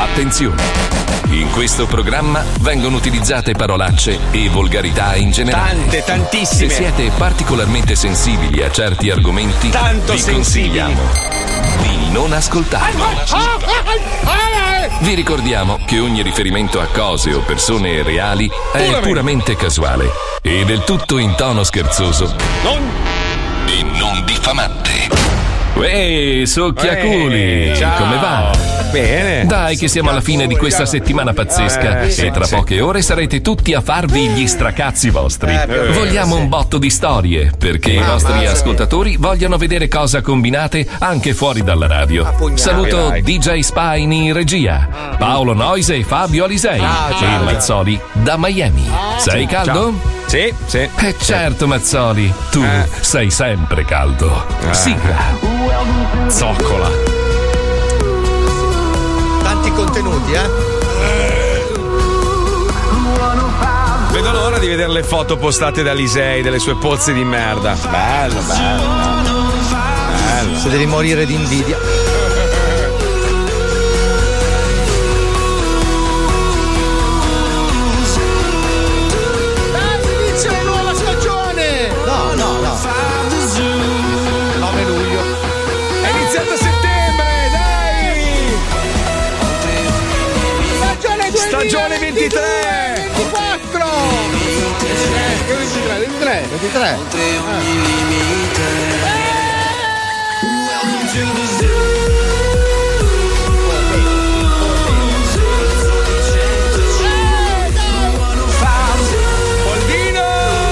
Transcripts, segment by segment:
Attenzione! In questo programma vengono utilizzate parolacce e volgarità in generale. Tantissime. Se siete particolarmente sensibili a certi argomenti, vi consigliamo di non ascoltarlo. Vi ricordiamo che ogni riferimento a cose o persone reali è puramente casuale e del tutto in tono scherzoso e non diffamante. Ehi, succhiaculi! Come va? Bene. Dai che siamo alla fine di questa settimana pazzesca e tra poche ore sarete tutti a farvi gli stracazzi vostri. Vogliamo un botto di storie perché i vostri ascoltatori vogliono vedere cosa combinate anche fuori dalla radio. Saluto DJ Spine in regia, Paolo Noise e Fabio Alisei e Mazzoli da Miami. Sei caldo? Sì. Certo Mazzoli, tu sei sempre caldo. Sigla. Zoccola. Tanti contenuti, Vedo l'ora di vedere le foto postate da Lisei delle sue pozze di merda. Bello. Se devi morire di invidia. Stagione 23! 24! 23. Poldino!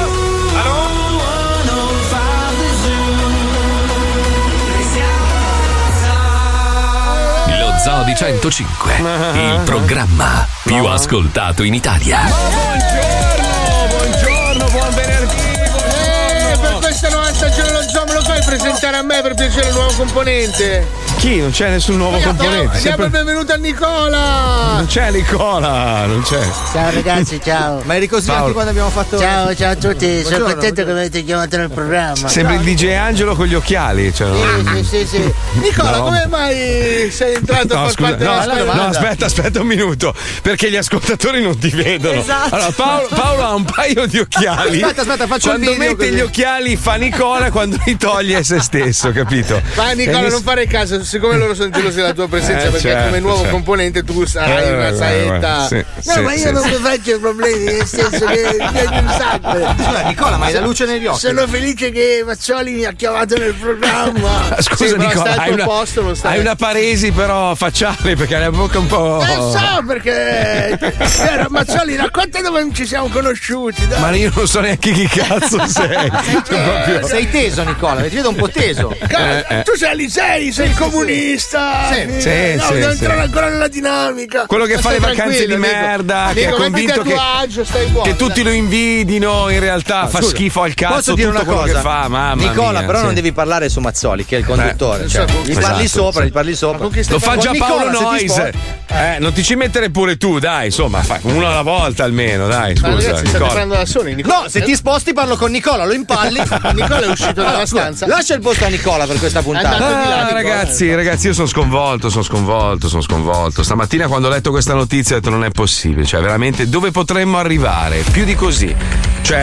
Lo Zoo di 105, il programma più ascoltato in Italia. Buongiorno, buon venerdì. Per questa nuova stagione lo zoo me lo fai presentare a me per piacere il nuovo componente? Chi? Non c'è nessun nuovo componente. Diamo il benvenuto a Nicola. Non c'è Nicola, non c'è. Ciao ragazzi, ciao. Ma eri così anche quando abbiamo fatto. Ciao a tutti, sono contento che mi avete chiamato nel programma. Sembri il DJ Angelo con gli occhiali. Cioè, Sì. Nicola, come mai sei entrato a far parte della squadra? No, aspetta un minuto, perché gli ascoltatori non ti vedono. Esatto. Allora, Paolo ha un paio di occhiali. Aspetta, faccio quando il video. mette gli occhiali fa Nicola, quando li toglie è se stesso, capito? Ma Nicola, non fare caso, siccome loro sono gelosi della tua presenza, perché certo, come nuovo certo. componente tu sarai una saetta. Ma io non mi faccio problemi, nel senso che mi piace un sacco. Scusa, Nicola, ma hai la luce negli occhi. Sono felice che Mazzoli mi ha chiamato nel programma. Scusa Sì, però Nicola, stai al tuo posto, non stai. hai una paresi però facciale perché hai la bocca un po'. So perché Mazzoli, racconta dove ci siamo conosciuti. Dai. Ma io non so neanche chi cazzo sei. Proprio. Sei teso, Nicola, ti vedo un po' teso. Tu sei Alisei, sei comunista. Sì, devo sì. entrare ancora nella dinamica. Quello che fa le vacanze di merda, che è convinto che tutti lo invidino, in realtà fa schifo al cazzo. Posso dire tutto una quello cosa? che fa, mamma Nicola, mia, però sì. non devi parlare su Mazzoli, che è il conduttore. Gli parli sopra, gli parli sopra. Lo fa già Paolo Nicola, Noise. Non ti ci mettere pure tu, dai, insomma, fai uno alla volta almeno, dai, Ma scusa. ragazzi, state parlando da soli, Nicola? No, se ti sposti parlo con Nicola, lo impalli. Nicola è uscito dalla stanza. Lascia il posto a Nicola per questa puntata. Ragazzi, io sono sconvolto. Stamattina quando ho letto questa notizia ho detto non è possibile, cioè veramente dove potremmo arrivare? Più di così. Cioè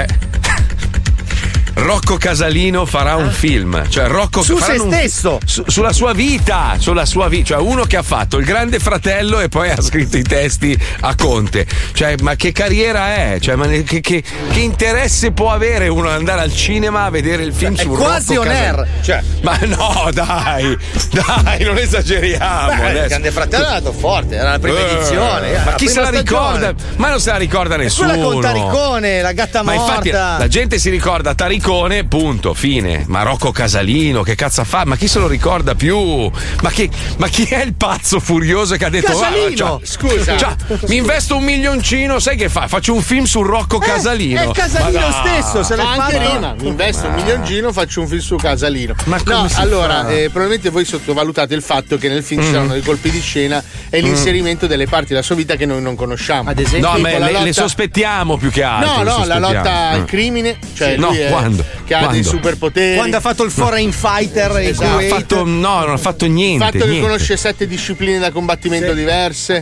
Rocco Casalino farà un film, cioè Rocco su se stesso, sulla sua vita, cioè uno che ha fatto Il Grande Fratello e poi ha scritto i testi a Conte. Cioè, ma che carriera è? Cioè, ma che interesse può avere uno ad andare al cinema a vedere il film su Rocco quasi on air. Cioè, ma no, dai, non esageriamo. Il Grande Fratello è andato forte, era la prima edizione. Ma chi se la ricorda? Ma non se la ricorda nessuno. Quella con Taricone, la gatta morta. Ma infatti la gente si ricorda Taricone, punto, fine. Ma Rocco Casalino, che cazzo fa? Ma chi se lo ricorda più? Ma chi è il pazzo furioso che ha detto Casalino? Scusa, mi investo $1 milioncino, sai che fa? Faccio un film su Rocco Casalino. È Casalino stesso, se l'è anche fatto. prima mi investo $1 milioncino, faccio un film su Casalino. Ma come si allora, fa? probabilmente voi sottovalutate il fatto che nel film ci saranno dei colpi di scena e l'inserimento delle parti della sua vita che noi non conosciamo. Ad esempio, no, ma le sospettiamo più che altro. No, la lotta al crimine, cioè no, lui è... quando? Quando? che ha dei superpoteri. Quando ha fatto il Foreign Fighter e No, non ha fatto niente. Il fatto che niente. conosce 7 discipline da combattimento diverse.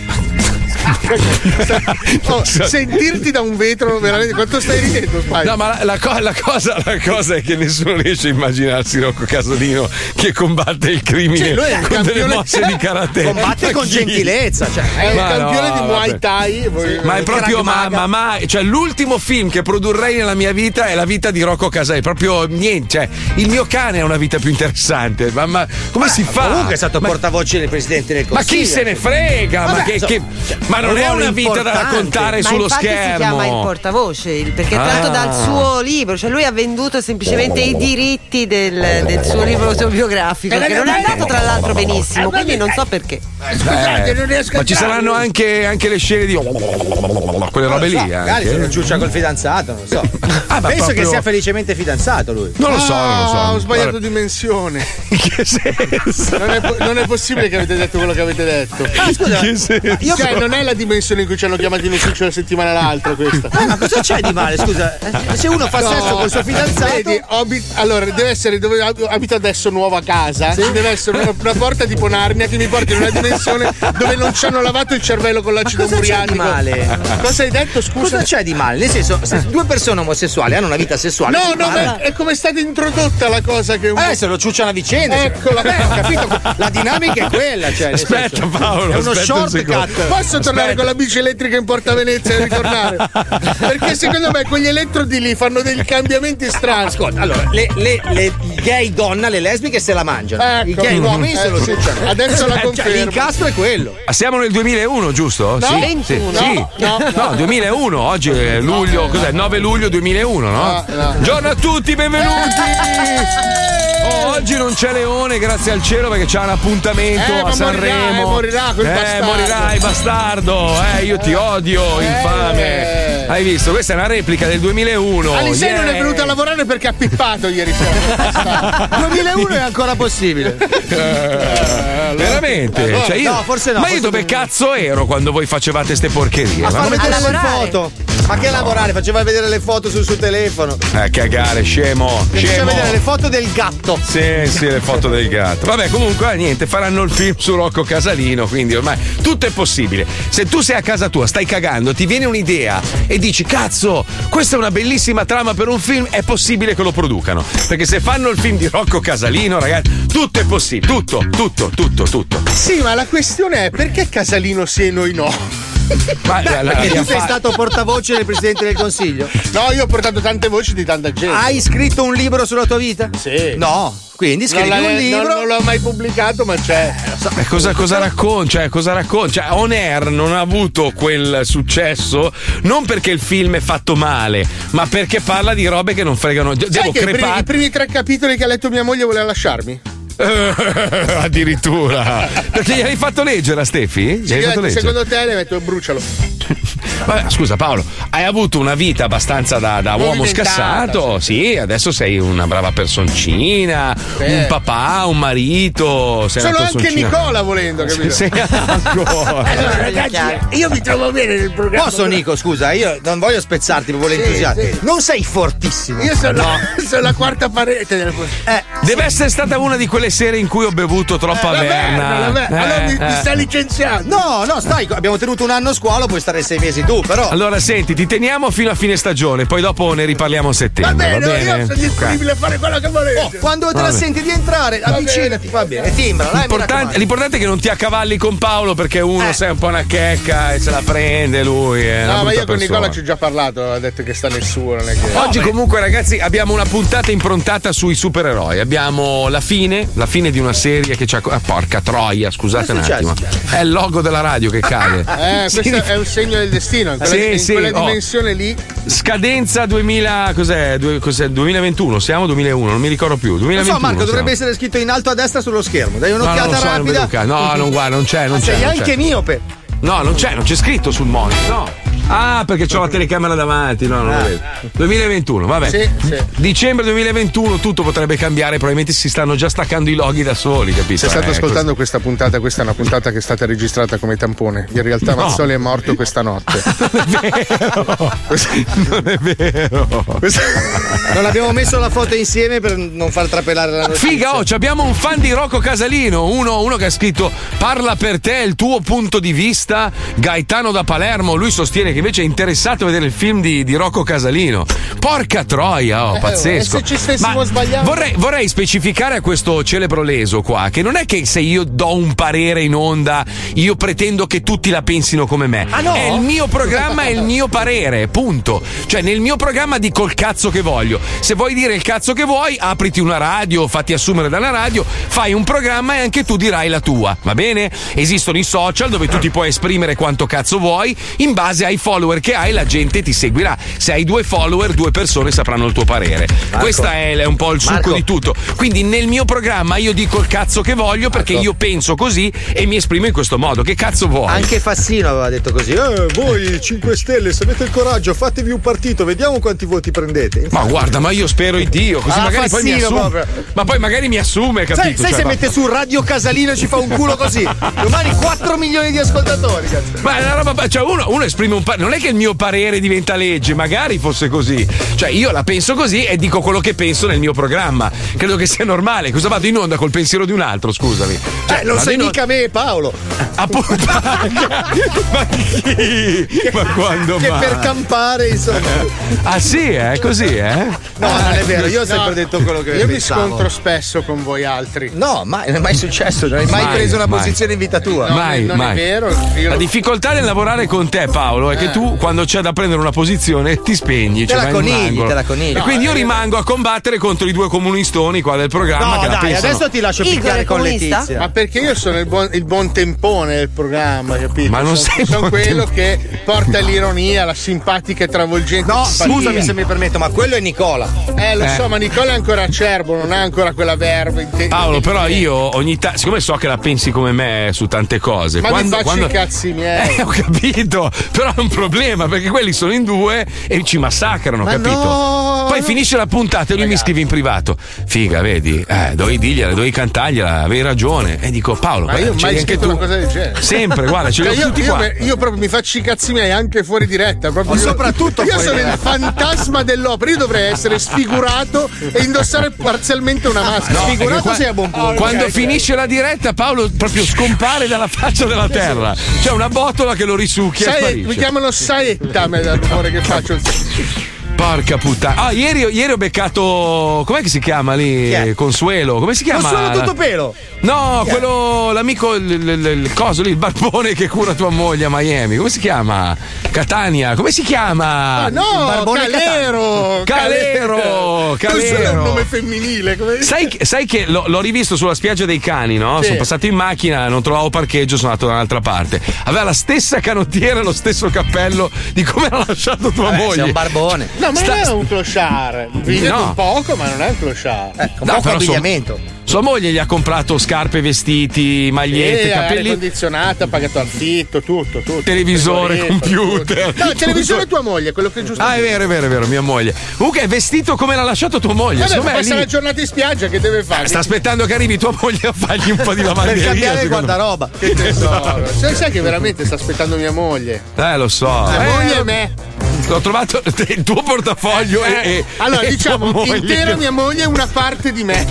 Sentirti da un vetro, veramente quanto stai ridendo, Spike? No, ma la cosa è che nessuno riesce a immaginarsi Rocco Casalino che combatte il crimine lui è un con delle campione- mosse di karate. Combatte con gentilezza, cioè. È un Ma campione no, di Muay vabbè. Thai. Ma è proprio cioè l'ultimo film che produrrei nella mia vita è la vita di Rocco Casalino, proprio niente, cioè il mio cane ha una vita più interessante, ma come si fa? Comunque è stato portavoce del Presidente del Ma Consiglio. chi se ne frega? Vabbè, Ma non è ruolo una vita da importante. raccontare Ma sullo infatti schermo. si chiama il portavoce perché è tratto dal suo libro, cioè lui ha venduto semplicemente i diritti del suo libro autobiografico che non è andato tra l'altro benissimo, quindi non so perché. Scusate, non riesco a Ma ci saranno anche le scene di quelle robe lì. Magari se lo ciuccia col fidanzato, non so. ma Penso proprio- che sia felicemente fidanzato lui. Non lo so. Ho sbagliato Guarda, dimensione. in che senso? Non è possibile che avete detto quello che avete detto. Scusa, Che senso? Cioè, non è la dimensione in cui ci hanno chiamato in ufficio la settimana l'altra questa. ma cosa c'è di male? Scusa, se uno fa sesso col suo fidanzato. Vedi, allora deve essere dove abito adesso nuova casa. Ci deve essere una porta tipo Narnia che mi porti in una dimensione dove non ci hanno lavato il cervello con l'acido cosa c'è di muriatico. male? Cosa hai detto? Scusa. Cosa c'è di male? Nel senso, se due persone omosessuali hanno una vita sessuale. No, si no, parla. ma è come è stata introdotta la cosa che un po'. Adesso lo ciucciano a vicenda. Eccola. Vabbè, ho capito. La dinamica è quella. Cioè, nel Aspetta, senso, Paolo, è uno aspetta un secondo. shortcut. Posso tornare con la bici elettrica in Porta Venezia e ritornare? Perché secondo me quegli elettrodi lì fanno dei cambiamenti strani. Ascolta, allora, le gay donna, le lesbiche se la mangiano. Ecco. I gay uomini se lo Sì. ciucciano. Adesso la Cioè, confermo. l'incastro è quello. Siamo nel 2001, giusto? No, sì, 21. sì. No, 2001, oggi è luglio, cos'è? 9 luglio 2001, no? No. Buongiorno a tutti, benvenuti! Oggi non c'è Leone, grazie al cielo, perché c'ha un appuntamento ma a Sanremo. morirà quel bastardo. Morirai, bastardo! Io ti odio, infame! Hai visto? Questa è una replica del 2001. Alisei non è Yeah. venuta a lavorare perché ha pippato ieri sera. 2001 è ancora possibile. Veramente? Cioè io, no, forse no, Ma io forse dove no. cazzo ero quando voi facevate ste porcherie? A far vedere le lavorare. foto. Ma che lavorare? Faceva vedere le foto sul suo telefono. Cagare, scemo. Faceva vedere le foto del gatto. Sì, le foto del gatto. Vabbè, comunque, niente, faranno il film su Rocco Casalino, quindi ormai tutto è possibile. Se tu sei a casa tua, stai cagando, ti viene un'idea e dici, cazzo, questa è una bellissima trama per un film, è possibile che lo producano. Perché se fanno il film di Rocco Casalino, ragazzi, tutto è possibile. Tutto. Sì, ma la questione è perché Casalino sì e noi no? Ma Perché tu sei stato portavoce del Presidente del Consiglio? No, io ho portato tante voci di tanta gente. Hai scritto un libro sulla tua vita? Sì. No. Quindi scrivi Non un libro. non l'ho mai pubblicato, ma c'è. Cosa racconta? Cioè, On Air non ha avuto quel successo non perché il film è fatto male, ma perché parla di robe che non fregano. Sai Devo che crepare. i primi 3 capitoli che ha letto mia moglie voleva lasciarmi? Addirittura. Perché gli hai fatto leggere a Stefi? Gli Sì, hai fatto leggere? secondo te le metto brucialo. Vabbè, scusa Paolo, hai avuto una vita abbastanza da uomo Movimentata, scassato, sì, adesso sei una brava personcina, un papà, un marito. Sei Sono una anche personcina. Nicola volendo, capito? Sei ancora. Allora, ragazzi, io mi trovo bene nel programma. Posso, Nico, scusa, io non voglio spezzarti proprio l'entusiasmo. sì. Non sei fortissimo. Io sono la quarta parete del. Deve essere stata una di quelle sere in cui ho bevuto troppa averna. Allora mi stai licenziando. No, stai, abbiamo tenuto un anno a scuola, puoi stare 6 mesi tu, però. Allora, senti, ti teniamo fino a fine stagione, poi dopo ne riparliamo a Va settembre. bene, Va bene? io sono disponibile a fare quello che volete. Quando te la senti di entrare, avvicinati, va bene, e timbra, dai, mi raccomando. L'importante è che non ti accavalli con Paolo perché uno sei un po' una checca e se la prende lui. È una No, ma brutta io con persona. Nicola ci ho già parlato, ha detto che sta nel suo, non è che. Oggi comunque ragazzi abbiamo una puntata improntata sui supereroi. Abbiamo la fine di una serie che c'ha. Porca troia, scusate un Cosa è attimo. È il logo della radio che cade. Questo è un segno del destino. In quella, in quella dimensione lì. Scadenza 2000. Cos'è? 2021? Siamo 2001, non mi ricordo più. 2021. Non so, Marco, dovrebbe siamo. essere scritto in alto a destra sullo schermo. Dai No, un'occhiata non lo so, rapida. non vedo. No, non guarda, non c'è. Sei non anche c'è. miope. No, non c'è scritto sul monitor. No. Ah, perché c'ho la telecamera davanti, no, non lo vedo. 2021, vabbè. Sì. Dicembre 2021 tutto potrebbe cambiare, probabilmente si stanno già staccando i loghi da soli, capito? Se state ascoltando questa puntata, questa è una puntata che è stata registrata come tampone. In realtà Mazzoli è morto questa notte. Non è vero. Non abbiamo messo la foto insieme per non far trapelare la notizia. Figa, abbiamo un fan di Rocco Casalino, uno che ha scritto parla per te, il tuo punto di vista, Gaetano da Palermo. Lui sostiene che invece è interessato a vedere il film di Rocco Casalino. Porca troia, pazzesco. Se ci stessimo sbagliando. Vorrei specificare a questo celebro leso qua che non è che se io do un parere in onda io pretendo che tutti la pensino come me. Ah, no? È il mio programma, è il mio parere, punto. Cioè nel mio programma dico il cazzo che voglio. Se vuoi dire il cazzo che vuoi, apriti una radio, fatti assumere da una radio, fai un programma e anche tu dirai la tua, va bene? Esistono i social dove tu ti puoi esprimere quanto cazzo vuoi, in base ai follower che hai la gente ti seguirà. Se hai 2 follower, 2 persone sapranno il tuo parere. Questo è un po' il succo di tutto. Quindi nel mio programma io dico il cazzo che voglio perché io penso così e mi esprimo in questo modo. Che cazzo vuoi? Anche Fassino aveva detto così. Voi 5 Stelle, se avete il coraggio, fatevi un partito, vediamo quanti voti prendete. Ma guarda, ma io spero in Dio, così magari poi mi assume. Ma poi magari mi assume, capito? Sai se mette su Radio Casalino e ci fa un culo così? Domani 4 milioni di ascoltatori, cazzo. Ma è una roba, cioè uno esprime un parere, non è che il mio parere diventa legge, magari fosse così. Cioè io la penso così e dico quello che penso nel mio programma. Credo che sia normale. Cosa vado in onda col pensiero di un altro, scusami? Cioè, non sei mica me, Paolo. Appunto. Ma chi? Ma quando Che mai? per campare, insomma. Ah sì, è così, eh? No, non è vero, io ho sempre detto quello che Io mi pensavo. scontro spesso con voi altri. No, non è mai successo, non hai mai preso una posizione in vita tua. No, mai, non mai. è vero. La difficoltà nel lavorare con te, Paolo, è che tu quando c'è da prendere una posizione ti spegni. Te la vai in un conigli, angolo. te la conigli. E quindi io rimango a combattere contro i 2 comunistoni qua del programma. No, che la dai, pensano. adesso ti lascio Igor picchiare è con comunista? Letizia. Ma perché io sono il buon tempone del programma, capito? Ma non sei sono buon quello che porta l'ironia, la simpatica e travolgente. No, simpatia. scusami se mi permetto, ma quello è Nicola. Lo so, ma Nicola è ancora acerbo, non ha ancora quella verba. Paolo, però io ogni tanto, siccome so che la pensi come me su tante cose, Ma mi faccio i cazzi miei. Ho capito, però è un problema perché quelli sono in 2 e ci massacrano, Ma capito? no, Poi finisce la puntata e lui mi scrive in privato: figa, vedi, dovevi dirgliela, dovevi cantargliela, avevi ragione. E dico: Paolo, Ma guarda, io ho ce mai l'hai anche scritto tu. una cosa del genere. Sempre, guarda, ce li ho tutti qua. Io proprio mi faccio i cazzi miei anche fuori diretta. Proprio soprattutto io fuori sono diretta. il fantasma dell'opera. Io dovrei essere sfigurato e indossare parzialmente una maschera. No, Sfigurato perché sei a buon punto. Quando finisce la diretta, Paolo proprio scompare dalla faccia della terra. C'è una botola che lo risucchia e sparisce. Mi chiamano Saetta a me dal rumore che faccio. Porca puttana. Ah, ieri ho beccato. Com'è che si chiama lì? Chi è? Consuelo. Come si chiama? Consuelo Tuttopelo. No, quello. L'amico. Il coso lì, il barbone che cura tua moglie a Miami. Come si chiama? Catania. Come si chiama? Ah, no, Barbone Calero. Questo è un nome femminile. Come... Sai che l'ho rivisto sulla spiaggia dei cani, no? Sì. Sono passato in macchina, non trovavo parcheggio, sono andato da un'altra parte. Aveva la stessa canottiera e lo stesso cappello di come l'ha lasciato tua moglie. Sei un barbone. No, ma non è un clochard. Vive No. un poco, ma non è un clochard. Con No, poco però abbigliamento. Sua moglie gli ha comprato scarpe, vestiti, magliette, aria capelli, condizionata, ha pagato affitto, tutto. televisore, Tesoretto, computer. tutto. No, il televisore è tua moglie, quello che è giusto. Ah, è vero, mia moglie. Comunque è vestito come l'ha lasciato tua moglie. Vabbè, Secondo me è passa lì- la giornata in spiaggia, che deve fare? Sta aspettando che arrivi tua moglie a fargli un po' di Per lavanderia. cambiare il secondo me. guardaroba. Che tesoro. Sai che veramente sta aspettando mia moglie? Lo so. La moglie e me. Ho trovato il tuo portafoglio e Allora, e diciamo, tua moglie. intera mia moglie è una parte di me.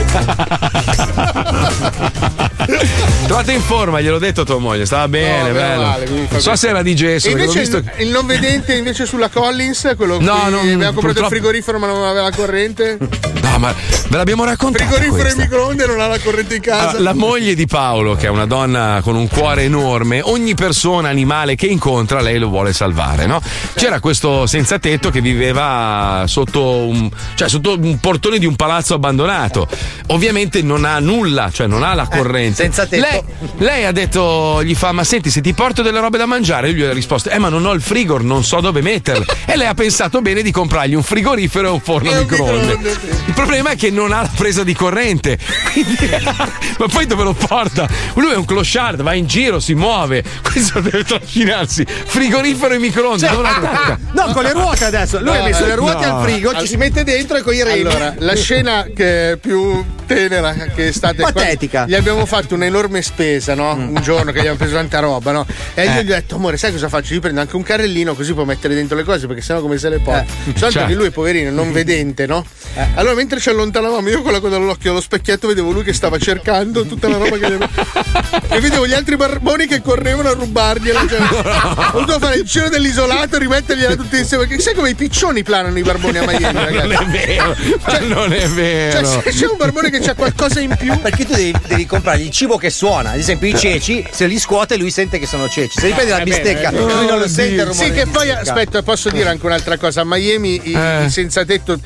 Trovate in forma, gliel'ho detto a tua moglie, stava bene, No, meno bello. male, mi fa Non so bene. se era di gesso, E perché l'ho invece visto. il non vedente invece sulla Collins, quello No, che non- aveva comprato purtroppo- il frigorifero ma non aveva la corrente. No, ma ve l'abbiamo raccontato. Frigorifero e questa? microonde non ha la corrente in casa. Allora, la moglie di Paolo, che è una donna con un cuore enorme, ogni persona, animale che incontra, lei lo vuole salvare, no? C'era questo senza tetto che viveva sotto un portone di un palazzo abbandonato. Ovviamente non ha nulla, cioè non ha la corrente. senza tetto. Lei ha detto, gli fa: ma senti, se ti porto delle robe da mangiare, lui gli ha risposto: ma non ho il frigor, non so dove metterle. E lei ha pensato bene di comprargli un frigorifero e un forno a E un microonde. microonde, sì. Il problema è che non ha la presa di corrente. Quindi, ma poi dove lo porta? Lui è un clochard, va in giro, si muove. Questo deve trascinarsi. Frigorifero e microonde. Cioè, no, con le ruote adesso. Lui ha messo le ruote al frigo, ci si mette dentro e con i remi. Allora, la scena che è più tenera che è stata patetica. Gli abbiamo fatto un'enorme spesa, no? Un giorno che gli abbiamo preso tanta roba, no? E io gli ho detto, amore, sai cosa faccio? Io prendo anche un carrellino così può mettere dentro le cose, perché sennò come se le porta. Soltanto che lui, poverino, non vedente, no? Allora mentre ci allontanavamo, io con la coda all'occhio allo specchietto vedevo lui che stava cercando tutta la roba che gli e vedevo gli altri barboni che correvano a rubargliela. Cioè, ho dovuto fare il giro dell'isolato e rimettergliela tutte insieme, perché sai come i piccioni planano i barboni a Miami, ragazzi? Non è vero, cioè, non è vero. Cioè, se c'è un barbone che c'ha qualcosa in più, perché tu devi comprargli il cibo che suona, ad esempio i ceci, se li scuote lui sente che sono ceci, se gli prendi la bistecca lui non lo sente il rumore. Sì, che poi aspetta, posso dire anche un'altra cosa, a Miami i senza tetto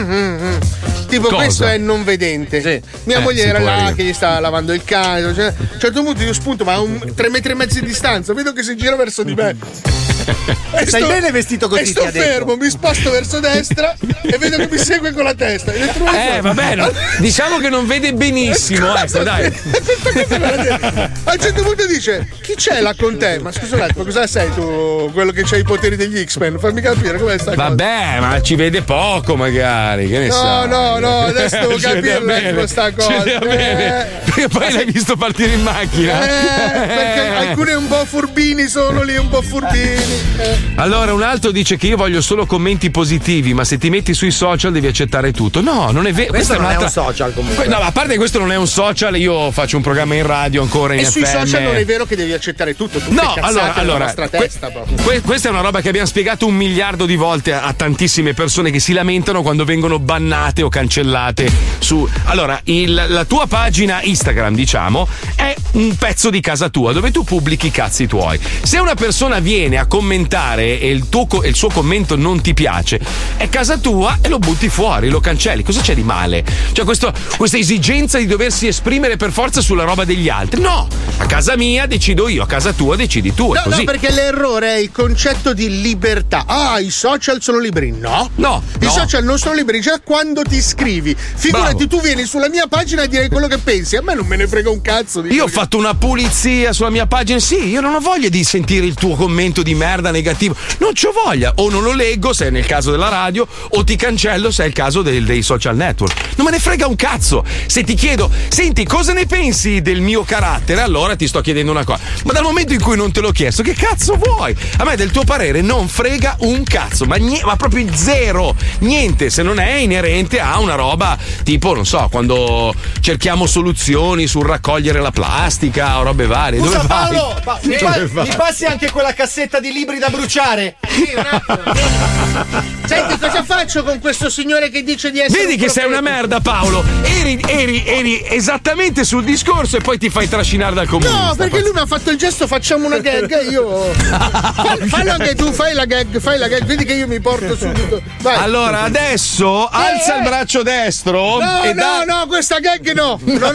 tipo cosa? Questo è non vedente. Sì. Mia moglie era là che gli stava lavando il cane, cioè, a un certo punto io spunto ma a 3 metri e mezzo di distanza vedo che si gira verso di me. Stai bene vestito così? E sto fermo, mi sposto verso destra e vedo che mi segue con la testa. Vabbè, no, diciamo che non vede benissimo. Dai. A un certo punto dice: chi c'è là con te? Ma scusa un attimo, cosa sei tu? Quello che c'ha i poteri degli X-Men? Fammi capire com'è sta cosa. Vabbè, ma ci vede poco magari. Che ne no, adesso devo capire questa cosa. Perché poi l'hai visto partire in macchina. Perché alcuni un po' furbini sono lì, un po' furbini. Allora un altro dice che io voglio solo commenti positivi, ma se ti metti sui social devi accettare tutto. No, non è vero. Questo non è un social comunque. No, a parte che questo non è un social, io faccio un programma in radio ancora in e FM. Sui social non è vero che devi accettare tutto. No, allora nella nostra testa, questa è una roba che abbiamo spiegato 1 miliardo di volte a tantissime persone che si lamentano quando vengono bannate o cancellate su. Allora, la tua pagina Instagram, diciamo, è un pezzo di casa tua dove tu pubblichi i cazzi tuoi. Se una persona viene a commentare e il suo commento non ti piace, è casa tua e lo butti fuori, lo cancelli. Cosa c'è di male? Cioè questa esigenza di doversi esprimere per forza sulla roba degli altri. No, a casa mia decido io, a casa tua decidi tu. È così. No, perché l'errore è il concetto di libertà. I social sono liberi. No. I social non sono liberi già quando ti iscrivi. Figurati, tu vieni sulla mia pagina a dire quello che pensi. A me non me ne frega un cazzo. Io ho fatto una pulizia sulla mia pagina. Sì, io non ho voglia di sentire il tuo commento di merda negativo. Non c'ho voglia. O non lo leggo se è nel caso della radio, o ti cancello se è il caso dei social network. Non me ne frega un cazzo. Se ti chiedo, senti, cosa ne pensi del mio carattere? Allora ti sto chiedendo una cosa. Ma dal momento in cui non te l'ho chiesto, che cazzo vuoi? A me del tuo parere non frega un cazzo. Ma proprio zero. Niente, se non è inerente a una roba tipo, non so, quando cerchiamo soluzioni sul raccogliere la plastica o robe varie. Scusa, dove Paolo, vai? mi passi anche quella cassetta di libri da bruciare? Sì, un attimo. Senti, cosa faccio con questo signore che dice di essere Vedi che sei una merda, Paolo. Eri esattamente sul discorso e poi ti fai trascinare dal comunista. No, perché lui mi ha fatto il gesto, facciamo una gag e io fallo anche tu, fai la gag, vedi che io mi porto subito. Vai. Allora adesso alza il braccio destro. No, questa gag no,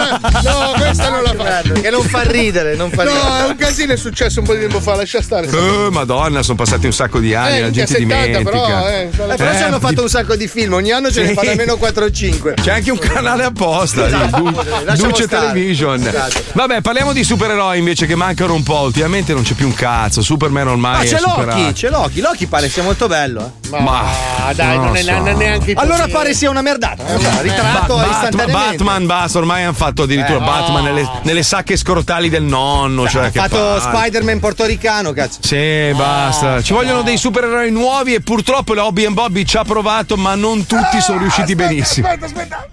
questa non la fa. Che non fa ridere, No, è un casino, è successo un po' di tempo fa, lascia stare. Madonna, sono passati un sacco di anni, la gente dimentica. Però ci hanno fatto un sacco di film, ogni anno ce ne fanno almeno 4 o 5. C'è anche un canale apposta, Duce Television. Esatto. Vabbè, parliamo di supereroi invece che mancano un po'. Ultimamente non c'è più un cazzo. Superman ormai c'è Loki pare sia molto bello. Ma dai, non è neanche allora pare sia una merdata. Ritratto istantaneamente. Batman, basta, ormai hanno fatto addirittura Batman nelle sacche scrotali del nonno. Cioè, ha fatto Spider-Man portoricano, cazzo. Sì, basta. Ci vogliono dei supereroi nuovi e purtroppo la Hobby &Bobby ci ha provato, ma non tutti sono riusciti benissimo. Aspetta.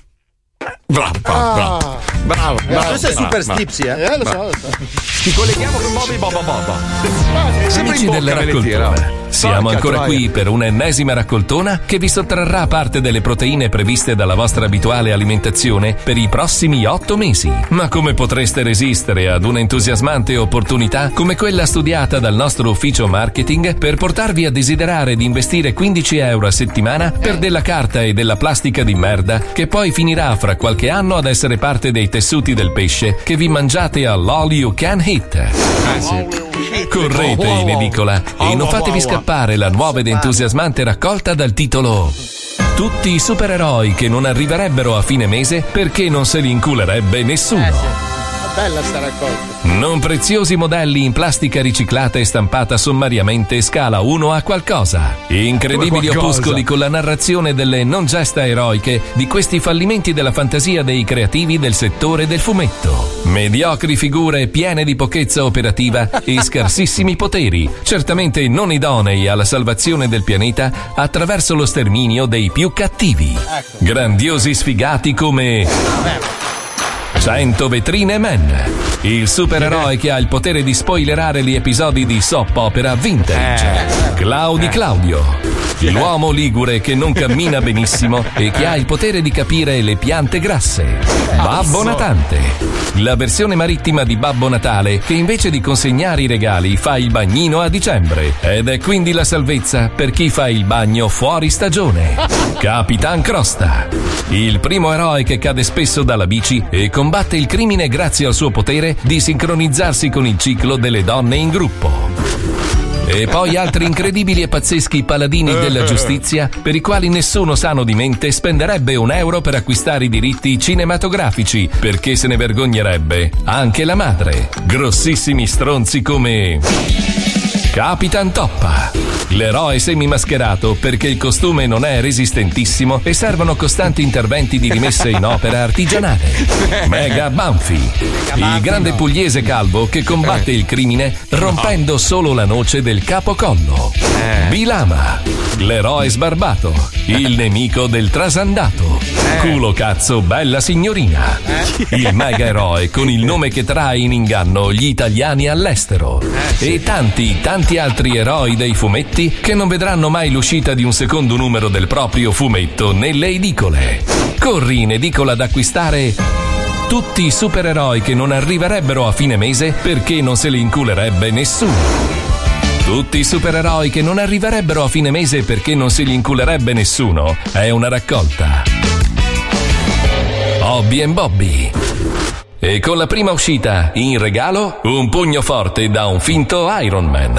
Bravo. Questo è super stipsi, lo so. Ci colleghiamo con Bobby Boba. Amici delle raccoltone, siamo ancora qui per un'ennesima raccoltona che vi sottrarrà parte delle proteine previste dalla vostra abituale alimentazione per i prossimi 8 mesi. Ma come potreste resistere ad un'entusiasmante opportunità come quella studiata dal nostro ufficio marketing per portarvi a desiderare di investire 15 euro a settimana per della carta e della plastica di merda che poi finirà fra qualche anno ad essere parte dei tessuti del pesce che vi mangiate all'all you can eat. Correte in edicola e non fatevi scappare la nuova ed entusiasmante raccolta dal titolo Tutti i supereroi che non arriverebbero a fine mese perché non se li inculerebbe nessuno. Bella sta raccolta. Non preziosi modelli in plastica riciclata e stampata sommariamente scala 1 a qualcosa. Incredibili opuscoli con la narrazione delle non gesta eroiche di questi fallimenti della fantasia dei creativi del settore del fumetto. Mediocri figure piene di pochezza operativa e scarsissimi poteri, certamente non idonei alla salvazione del pianeta attraverso lo sterminio dei più cattivi. Grandiosi sfigati come 100 Vetrine Man, il supereroe che ha il potere di spoilerare gli episodi di soap opera vintage. Claudio, l'uomo ligure che non cammina benissimo e che ha il potere di capire le piante grasse. Babbo Natante, la versione marittima di Babbo Natale che invece di consegnare i regali fa il bagnino a dicembre ed è quindi la salvezza per chi fa il bagno fuori stagione. Capitan Crosta, il primo eroe che cade spesso dalla bici e combatte il crimine grazie al suo potere di sincronizzarsi con il ciclo delle donne in gruppo. E poi altri incredibili e pazzeschi paladini della giustizia per i quali nessuno sano di mente spenderebbe €1 per acquistare i diritti cinematografici perché se ne vergognerebbe anche la madre. Grossissimi stronzi come Capitan Toppa, l'eroe semimascherato perché il costume non è resistentissimo e servono costanti interventi di rimessa in opera artigianale. Mega Banfi, il grande pugliese calvo che combatte il crimine rompendo solo la noce del capocollo. Bilama, l'eroe sbarbato, il nemico del trasandato. Culo cazzo bella signorina, il mega eroe con il nome che trae in inganno gli italiani all'estero. E tanti altri eroi dei fumetti che non vedranno mai l'uscita di un secondo numero del proprio fumetto nelle edicole. Corri in edicola ad acquistare tutti i supereroi che non arriverebbero a fine mese perché non se li inculerebbe nessuno. Tutti i supereroi che non arriverebbero a fine mese perché non se li inculerebbe nessuno è una raccolta. Hobby and Bobby. E con la prima uscita in regalo un pugno forte da un finto Iron Man.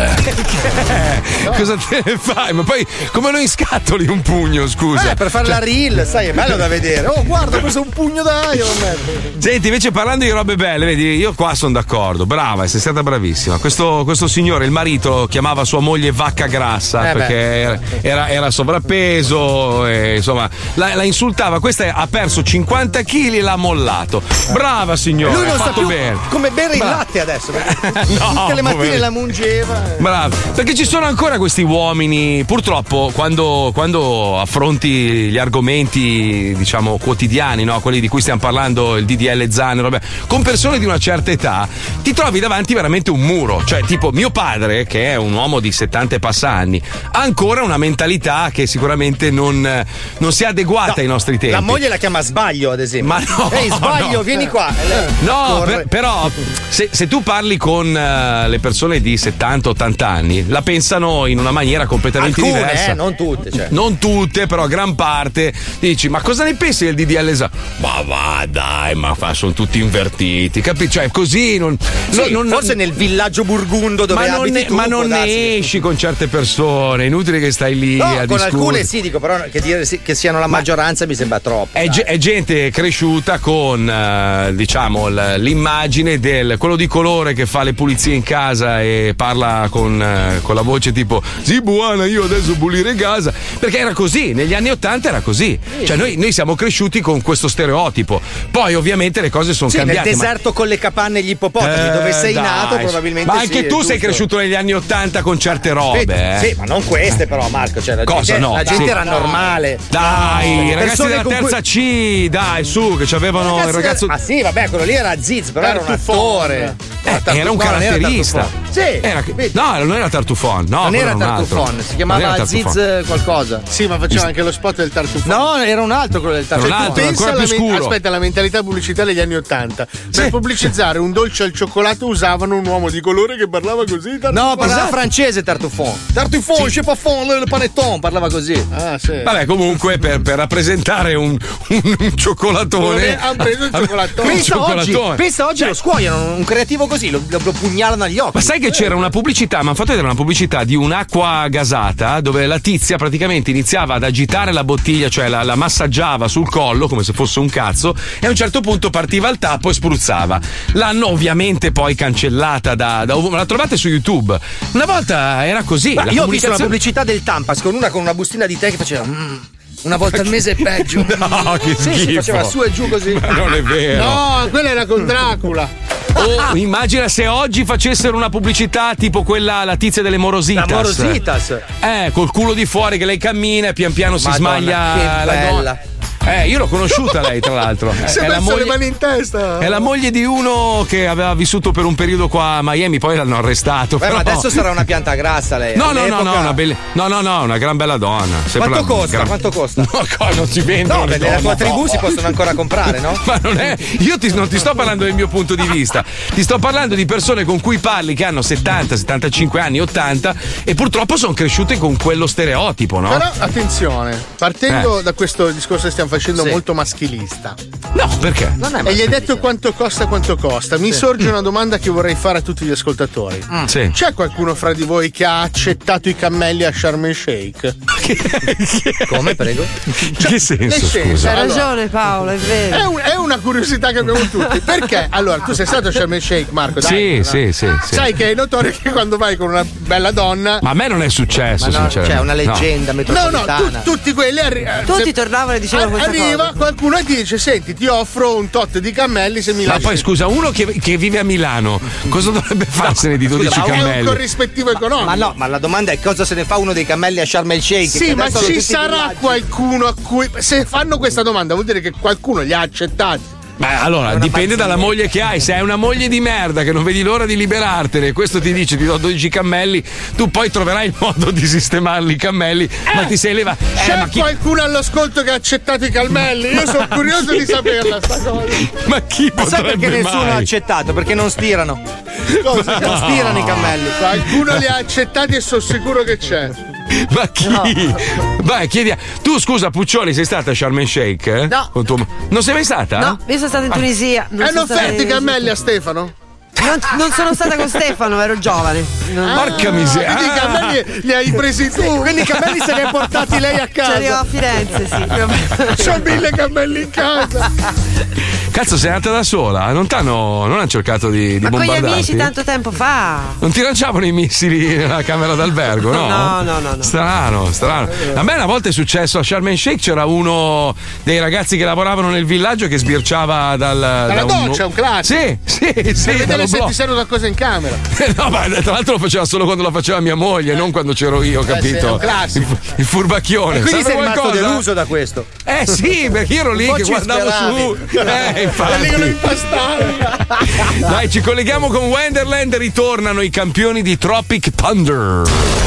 Cosa te ne fai? Ma poi come lo inscattoli un pugno, scusa? Per fare la reel, sai, è bello da vedere. Oh, guarda, questo è un pugno da Iron Man. Senti, invece parlando di robe belle, vedi, io qua sono d'accordo. Brava, sei stata bravissima. Questo signore, il marito, chiamava sua moglie vacca grassa perché era sovrappeso e, insomma, la insultava. Questa ha perso 50 kg e l'ha mollato. Brava signora. Lui non sa più bene. come bere il latte adesso. No, tutte le mattine la mungeva. Bravo. Perché ci sono ancora questi uomini, purtroppo, quando affronti gli argomenti, diciamo, quotidiani, no? Quelli di cui stiamo parlando, il DDL Zan, robe, con persone di una certa età, ti trovi davanti veramente un muro. Cioè, tipo, mio padre, che è un uomo di 70 e passa anni, ha ancora una mentalità che sicuramente non si è adeguata ai nostri tempi. La moglie la chiama Sbaglio, ad esempio. Ma no, ehi, Sbaglio, vieni qua. No, però se tu parli con le persone di 70-80 anni, la pensano in una maniera completamente diversa. Non tutte, cioè. Non tutte, però gran parte. Dici, ma cosa ne pensi del DDL Zan? Ma va, dai, sono tutti invertiti, capisci? Cioè, così forse nel villaggio burgundo dove abiti tu, ma non ne esci con certe persone, è inutile che stai lì a discutere. Con alcune sì, dico, però che dire che siano la maggioranza mi sembra troppo. È gente cresciuta con diciamo l'immagine del quello di colore che fa le pulizie in casa e parla con la voce tipo sì buona, io adesso pulire casa, perché era così, negli anni '80 era così, cioè noi siamo cresciuti con questo stereotipo, poi ovviamente le cose sono cambiate. Nel deserto con le capanne e gli ippopotami dove sei nato probabilmente ma anche tu sei cresciuto negli anni '80 con certe robe. Sì, ma non queste però, Marco, cioè la gente era normale. Dai, i ragazzi della terza C, dai, su, che c'avevano il ragazzo. Ah sì, vabbè, quello lì era Ziz, però era un attore. Era un caratterista. No, non era Tartufon. No, non era Tartufon, si chiamava Ziz qualcosa. Sì, ma faceva anche lo spot del Tartufon. No, era un altro quello del Tartufon. Pensa aspetta, la mentalità pubblicitaria degli anni '80. Per pubblicizzare un dolce al cioccolato usavano un uomo di colore che parlava così. No, parlava francese Tartufon. Tartufon, je pas fond, le panettone, parlava così. Ah, sì. Vabbè, comunque per rappresentare un cioccolatone. Hanno preso il cioccolatone. Pensa oggi lo scuoiano, un creativo così, lo pugnalano agli occhi. Ma sai che c'era una pubblicità, mi hanno fatto vedere una pubblicità di un'acqua gasata dove la tizia praticamente iniziava ad agitare la bottiglia, cioè la massaggiava sul collo come se fosse un cazzo, e a un certo punto partiva il tappo e spruzzava. L'hanno ovviamente poi cancellata da la trovate su YouTube. Una volta era così. Io ho visto la pubblicità del Tampas con una bustina di tè che faceva una volta al mese è peggio. No, che schifo. Si faceva su e giù così. Ma non è vero. No, quella era con Dracula. Immagina se oggi facessero una pubblicità tipo quella, la tizia delle Morositas. La Morositas. Col culo di fuori che lei cammina e pian piano si smaglia che la bella. donna. Io l'ho conosciuta lei, tra l'altro. Si è messo le mani in testa. È la moglie di uno che aveva vissuto per un periodo qua a Miami, poi l'hanno arrestato. Ma adesso sarà una pianta grassa lei. No, una gran bella donna. Quanto costa? Quanto costa? No, non si vende. No, nella tua tribù si possono ancora comprare, no? Ma non è. Non ti sto parlando del mio punto di vista. Ti sto parlando di persone con cui parli che hanno 70, 75 anni, 80 e purtroppo sono cresciute con quello stereotipo, no? Però attenzione, partendo da questo discorso che stiamo facendo molto maschilista. No, perché? E gli hai detto quanto costa. Mi sorge una domanda che vorrei fare a tutti gli ascoltatori. Sì. C'è qualcuno fra di voi che ha accettato i cammelli a Sharm el Sheikh? Come, prego? Che senso, scusa? Hai ragione Paolo, è vero. È una curiosità che abbiamo tutti. Perché? Allora, tu sei stato a Sharm el Sheikh, Marco? Dai, sì. Sai che è notorio che quando vai con una bella donna. Ma a me non è successo, sinceramente. C'è una leggenda metropolitana. Tutti quelli Tutti tornavano e dicevano questa cosa. Arriva qualcuno e ti dice: senti, ti offro un tot di cammelli se mi lasci. Ma poi scusa, uno che vive a Milano, cosa dovrebbe farsene di 12 cammelli? È un corrispettivo economico. Ma la domanda è cosa se ne fa uno dei cammelli a Sharm el Sheikh? Sì, ma ci sarà qualcuno a cui. Se fanno questa domanda vuol dire che qualcuno li ha accettati. Beh, allora, dipende dalla moglie che hai. Se hai una moglie di merda che non vedi l'ora di liberartene e questo ti dice ti do 12 cammelli, tu poi troverai il modo di sistemarli i cammelli, ma ti sei levato. C'è qualcuno all'ascolto che ha accettato i cammelli? Io sono curioso di saperla sta cosa. Ma chi potrebbe sai perché nessuno ha accettato? Perché non stirano. Non stirano i cammelli. Qualcuno li ha accettati e sono sicuro che c'è. Ma chi? No. Vai, chiedi. Tu scusa, Puccioli, sei stata a Sharm el Sheikh? No. Non sei mai stata? No, io sono stata in Tunisia. Hanno offerto i cammelli a Stefano? Non sono stata con Stefano, ero giovane. Porca miseria. Quindi i cammelli li hai presi tu. Quindi i cammelli se li hai portati lei a casa. Ce li ho a Firenze, sì. C'ho 1000 cammelli in casa. Cazzo, sei andata da sola? Non hanno cercato di ma bombardarti? con gli amici tanto tempo fa. Non ti lanciavano i missili nella camera d'albergo, no? No. Strano. A me una volta è successo a Sharm el Sheikh, c'era uno dei ragazzi che lavoravano nel villaggio che sbirciava dalla doccia, un classico. Sì. Per vedere se ti serve qualcosa in camera. No, ma tra l'altro lo faceva solo quando lo faceva mia moglie, non quando c'ero io, capito? Sì, è un classico. Il furbacchione. E quindi sei rimasto deluso da questo? Sì, perché io ero lì che guardavo su. Infatti. Che lo impastavi. Dai, ci colleghiamo con Wonderland. Ritornano i campioni di Tropic Thunder.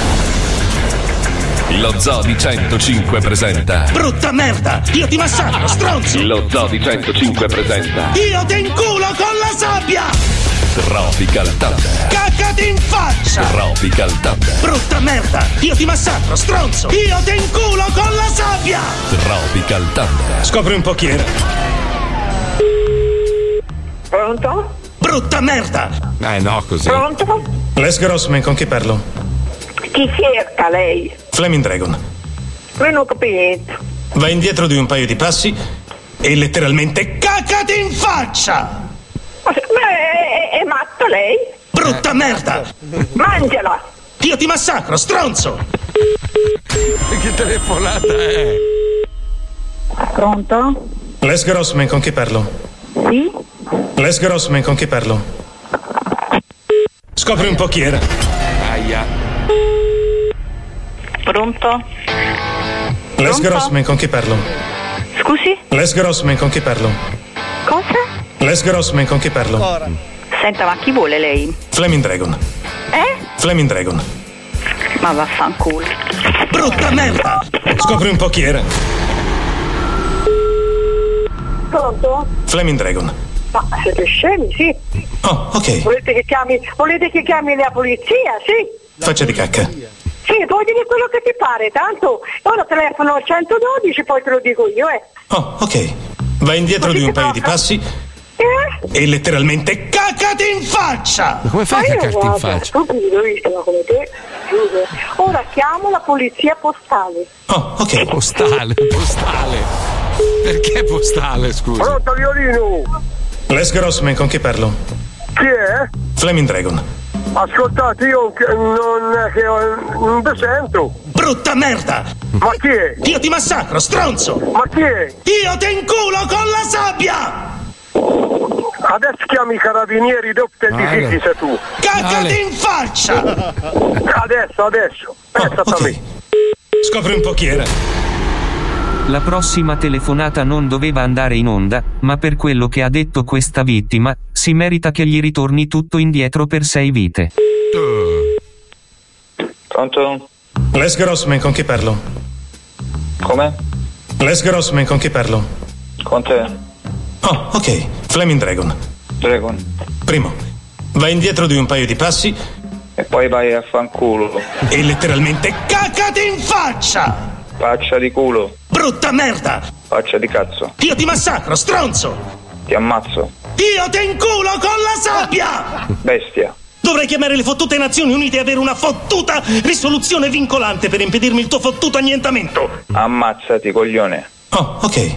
Lo Zoo di 105 presenta. Brutta merda! Io ti massacro, stronzo! Lo Zoo di 105 presenta. Io ti inculo con la sabbia! Tropical Thunder. Caccati in faccia! Tropical Thunder. Brutta merda! Io ti massacro, stronzo! Io ti inculo con la sabbia! Tropical Thunder. Scopri un po' chi era. Pronto? Brutta merda! No, così. Pronto? Les Grossman, con chi parlo? Chi cerca lei? Flaming Dragon. Non ho capito. Va indietro di un paio di passi e letteralmente caccati in faccia! Ma è matto lei? Brutta merda! Mangiala! Io ti massacro, stronzo! Che telefonata è? Pronto? Les Grossman, con chi parlo? Sì? Les Grossman, con chi parlo? Scopri un po' chi era. Aia. Pronto? Les Pronto? Grossman, con chi parlo? Scusi? Les Grossman, con chi parlo? Cosa? Les Grossman, con chi parlo? Senta, ma chi vuole lei? Flaming Dragon. Flaming Dragon. Ma vaffanculo. Brutta merda! Scopri un po' chi era. Pronto? Flaming Dragon. Ma siete scemi, sì. Oh, ok. Volete che chiami la polizia, sì? Faccia di cacca. Sì, puoi dire quello che ti pare, tanto ora telefono al 112, poi te lo dico io, Oh, ok. Va indietro di un paio di passi E letteralmente cacati in faccia! Ma come fai a cacarti in faccia? Stupido, visto come te, giuro. Ora chiamo la polizia postale. Oh, ok. Postale. Perché postale, scusa? Pronto, Violino? Les Grossman, con chi parlo? Chi è? Flaming Dragon. Ascoltate, io non ti sento. Brutta merda! Ma chi è? Io ti massacro, stronzo! Ma chi è? Io ti inculo con la sabbia! Adesso chiami i carabinieri dopo e ti figli sei tu. Cacati in faccia! Adesso. Pensa a me. Scopri un po' chi era. La prossima telefonata non doveva andare in onda, ma per quello che ha detto questa vittima, si merita che gli ritorni tutto indietro per 6 vite. Pronto? Les Grossman, con chi parlo? Come? Les Grossman, con chi parlo? Con te. Oh, ok. Flaming Dragon. Dragon. Primo, vai indietro di un paio di passi e poi vai a fanculo. E letteralmente cacati in faccia! Faccia di culo. Brutta merda! Faccia di cazzo. Io ti massacro, stronzo! Ti ammazzo. Io ti inculo con la sabbia! Bestia. Dovrei chiamare le fottute Nazioni Unite e avere una fottuta risoluzione vincolante per impedirmi il tuo fottuto annientamento. Ammazzati, coglione. Oh, ok.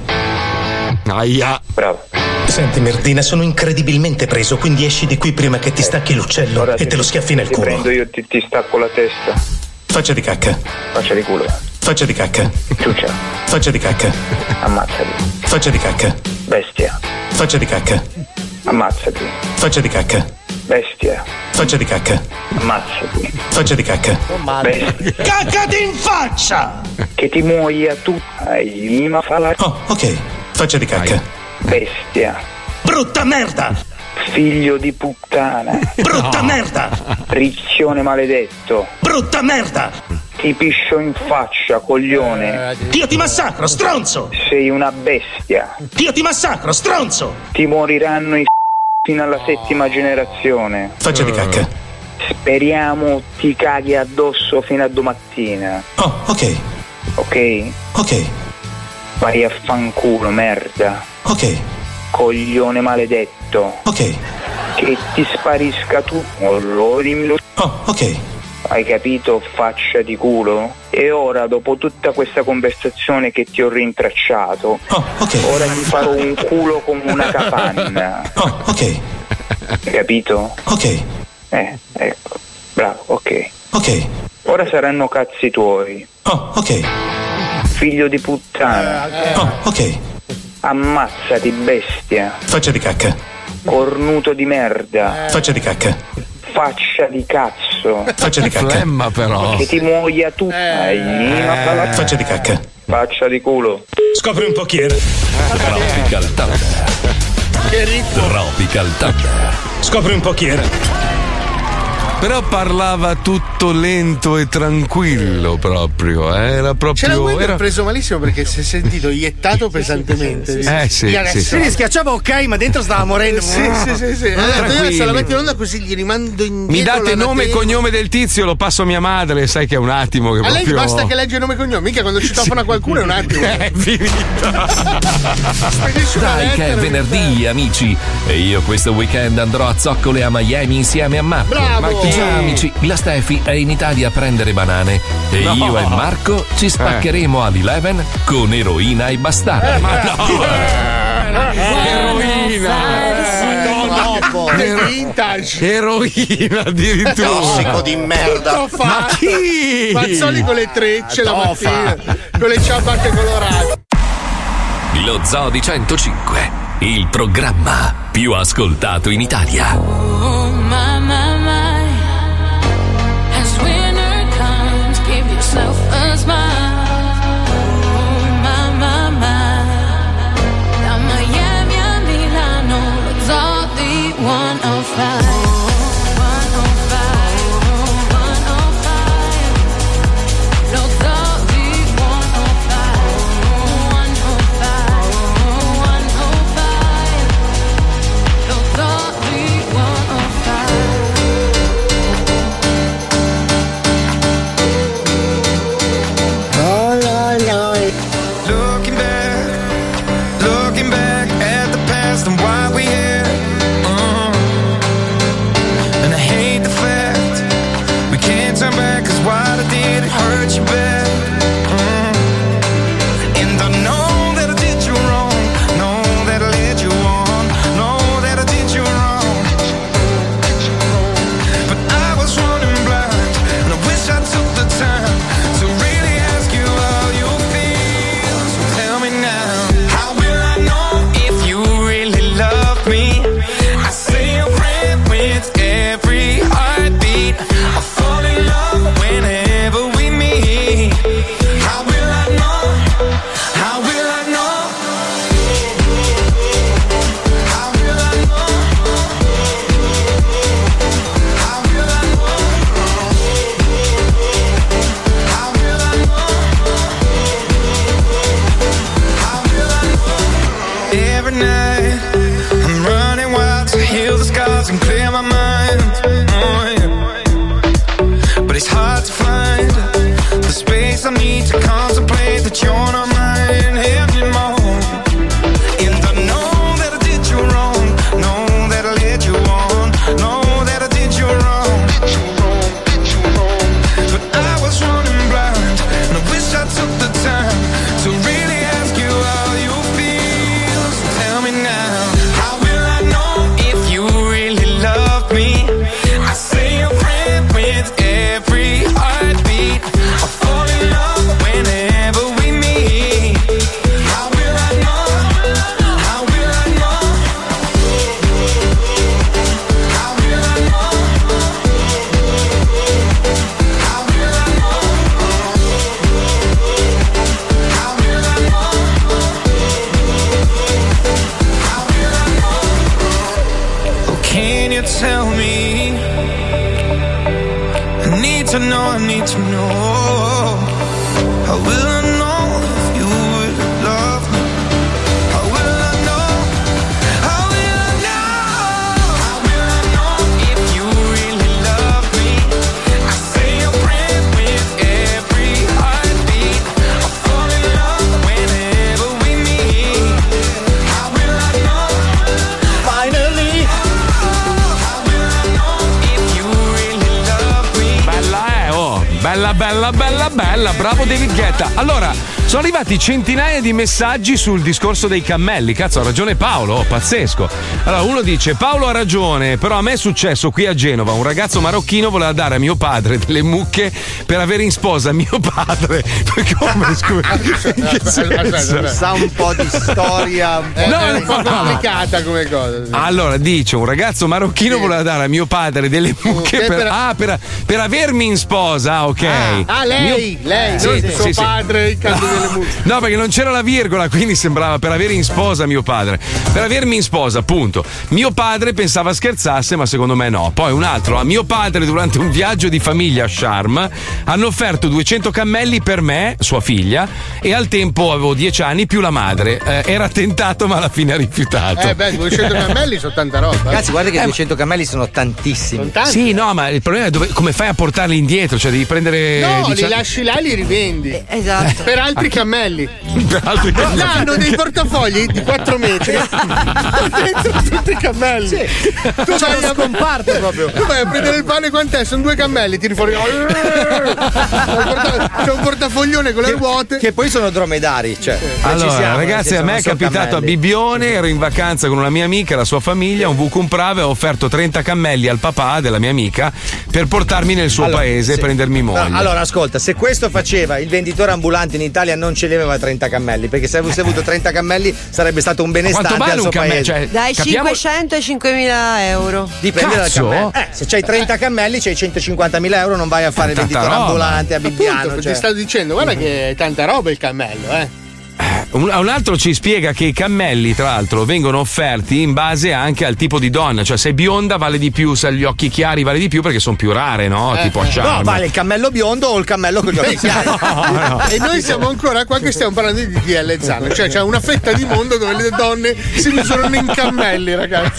Aia. Bravo. Senti, merdina, sono incredibilmente preso, quindi esci di qui prima che ti stacchi l'uccello ora e te lo schiaffi nel culo. Ti prendo io, ti stacco la testa. Faccia di cacca. Faccia di culo. Faccia di cacca. Ciuccia. Faccia di cacca. Ammazzati. Faccia di cacca. Bestia. Faccia di cacca. Ammazzati. Faccia di cacca. Bestia. Faccia di cacca. Ammazzati. Faccia di cacca. Bestia. Caccati in faccia! Che ti muoia tu. Ma fa la... Oh, ok. Faccia di cacca. Bestia. Brutta merda! Figlio di puttana. Brutta merda! Riccione maledetto. Brutta merda! Ti piscio in faccia, coglione. Io ti massacro, stronzo! Sei una bestia. Io ti massacro, stronzo! Ti moriranno i fino alla 7ª generazione. Faccia di cacca. Speriamo ti caghi addosso fino a domattina. Oh, ok. Ok? Ok. Vai a fanculo, merda. Ok. Coglione maledetto. Ok. Che ti sparisca tu. Oh, ok. Hai capito, faccia di culo? E ora, dopo tutta questa conversazione che ti ho rintracciato, ora ti farò un culo come una capanna. Oh, ok. Hai capito? Ok. Ecco. Bravo, ok. Ok. Ora saranno cazzi tuoi. Oh, ok. Figlio di puttana. Oh, ok. Ammazzati, bestia. Faccia di cacca. Cornuto di merda. Faccia di cacca. Faccia di cazzo. Faccia di cacca. Flemma però. Che ti muoia tu. Faccia di cacca. Faccia di culo. Scopri un po' chi era. Tropical Thunder. Che ritmo. Tropical Thunder. Scopri un po' chi era. Però parlava tutto lento e tranquillo proprio, era proprio... C'era un momento preso malissimo perché si è sentito iettato pesantemente. Sì. Sì, schiacciava ok, ma dentro stava morendo. Sì. Io se la metto in onda così gli rimando indietro. Mi date nome e cognome del tizio, lo passo a mia madre, sai che è un attimo che a lei proprio... basta che legge nome e cognome, mica quando citofona qualcuno è un attimo. È finita. Dai che è venerdì, amici, e io questo weekend andrò a zoccole a Miami insieme a Marco. Bravo! Già, amici, la Stefi è in Italia a prendere banane e io e Marco ci spaccheremo all'Eleven con Eroina e Bastardi. Eroina addirittura. Tossico di merda. Ma chi? Mazzoli con le trecce la mattina, con le ciabatte colorate. Lo Zoo di 105, il programma più ascoltato in Italia. Oh, my. As winter comes, give yourself a smile. Oh, my. Da Miami a Milano, lo Zoo di 105. to know, I need to know. How will I know if you would love me? How will I know? How will I know? How will I know if you really love me? I say a prayer with every heartbeat. I fall in love whenever we meet. How will I know? Finally. How will I know if you really love me? Bella, oh, bella, bravo David Guetta. Allora, sono arrivati centinaia di messaggi sul discorso dei cammelli. Cazzo, ha ragione Paolo, oh, pazzesco. Allora, uno dice: Paolo ha ragione, però a me è successo qui a Genova. Un ragazzo marocchino voleva dare a mio padre delle mucche per avere in sposa mio padre. Come, scusa? Sa un po' di storia. È un po' complicata come cosa. Allora, dice: un ragazzo marocchino voleva dare a mio padre delle mucche per avermi in sposa, ok. Lei, suo padre, il caso delle mucche. No, perché non c'era la virgola, quindi sembrava per avere in sposa mio padre. Per avermi in sposa, appunto. Mio padre pensava scherzasse, ma secondo me no. Poi un altro: a mio padre durante un viaggio di famiglia a Sharm hanno offerto 200 cammelli per me, sua figlia, e al tempo avevo 10 anni più la madre. Era tentato, ma alla fine ha rifiutato. 200 cammelli sono tanta roba. Ragazzi, guarda che 200 cammelli sono tantissimi. Sì, no, ma il problema è come fai a portarli indietro? Cioè, devi prendere. No, li lasci là e li rivendi. Esatto. Per altri cammelli. Per altri cammelli. No, hanno dei portafogli di 4 metri. Dentro tutti i cammelli. Sì. Tu vai a scomparto proprio. Tu vai a prendere il pane, quant'è? Sono 2 cammelli, tiri fuori. C'è un portafoglione con le ruote. Che poi sono dromedari. Cioè, allora, ragazzi, a me è capitato a Bibbione, ero in vacanza con una mia amica e la sua famiglia, un Vucum Prave, ho offerto 30 cammelli al papà della mia amica per portarmi nel suo paese e prendermi moglie. No, allora, ascolta, se questo faceva il venditore ambulante in Italia non ce li aveva 30 cammelli, perché se avesse avuto 30 cammelli sarebbe stato un benestante al suo paese. Cioè, dai 500 ai 5.000 euro. Dipende dal cammello. Se c'hai 30 cammelli c'hai 150.000 euro, non vai a fare il venditore ambulante a Bibbiano. Appunto, ti sto dicendo, guarda che è tanta roba il cammello, Un altro ci spiega che i cammelli, tra l'altro, vengono offerti in base anche al tipo di donna. Cioè, se bionda vale di più, se ha gli occhi chiari vale di più perché sono più rare, no? Tipo a Sharm. No, vale il cammello biondo o il cammello con gli occhi chiari. No. E noi siamo ancora qua che stiamo parlando di DDL Zan. Cioè, c'è una fetta di mondo dove le donne si misurano in cammelli, ragazzi.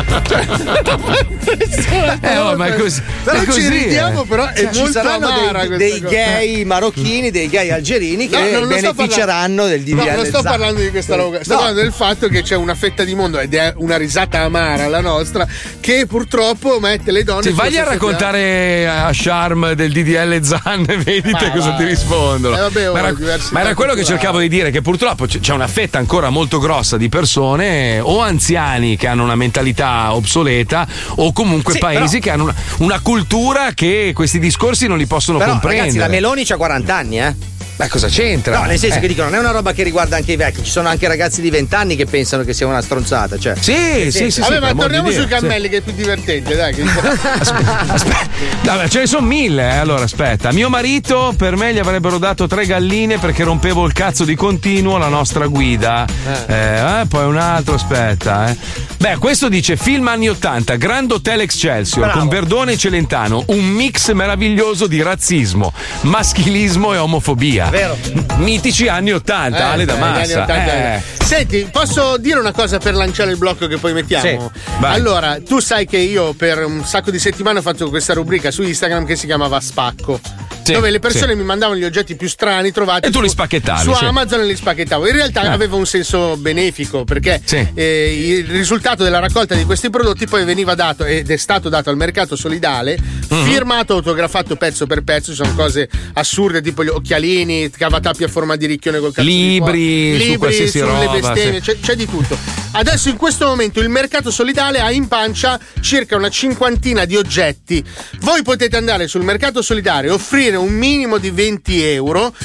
Ma è così. Però è così, ci ridiamo, però è ci molto saranno amara dei gay marocchini, dei gay algerini che beneficeranno del DDL. Non sto parlando di questa roba, sto parlando del fatto che c'è una fetta di mondo, ed è una risata amara la nostra, che purtroppo mette le donne. Se vai a raccontare a Sharm del DDL Zan, vedete cosa ti rispondono. Ma era quello che cercavo di dire, che purtroppo c'è una fetta ancora molto grossa di persone o anziani che hanno una mentalità obsoleta o comunque paesi che hanno una cultura che questi discorsi non li possono comprendere. Ragazzi, la Meloni c'ha 40 anni, Ma cosa c'entra? No, nel senso che dicono non è una roba che riguarda anche i vecchi, ci sono anche ragazzi di 20 anni che pensano che sia una stronzata, cioè. Sì. Vabbè, ma torniamo sui cammelli che è più divertente, dai. Aspetta. No, ce ne sono 1000, allora aspetta. Mio marito, per me gli avrebbero dato 3 galline perché rompevo il cazzo di continuo la nostra guida. Poi un altro, aspetta. Beh, questo dice film anni 80, Grand Hotel Excelsior. Bravo. Con Verdone e Celentano, un mix meraviglioso di razzismo, maschilismo e omofobia. Vero. Mitici anni 80, Ale da Massa. Senti, posso dire una cosa per lanciare il blocco che poi mettiamo? Sì. Allora, tu sai che io per un sacco di settimane ho fatto questa rubrica su Instagram che si chiamava Spacco. Dove le persone mi mandavano gli oggetti più strani trovati e tu li spacchettavi su Amazon e li spacchettavo. In realtà aveva un senso benefico, perché il risultato della raccolta di questi prodotti poi veniva dato ed è stato dato al mercato solidale, firmato, autografato pezzo per pezzo. Ci sono cose assurde tipo gli occhialini, cavatappi a forma di ricchione col cazzo libri su sulle bestemmie, c'è di tutto. Adesso in questo momento il mercato solidale ha in pancia circa una 50 di oggetti. Voi potete andare sul mercato solidale, offrire un minimo di 20 euro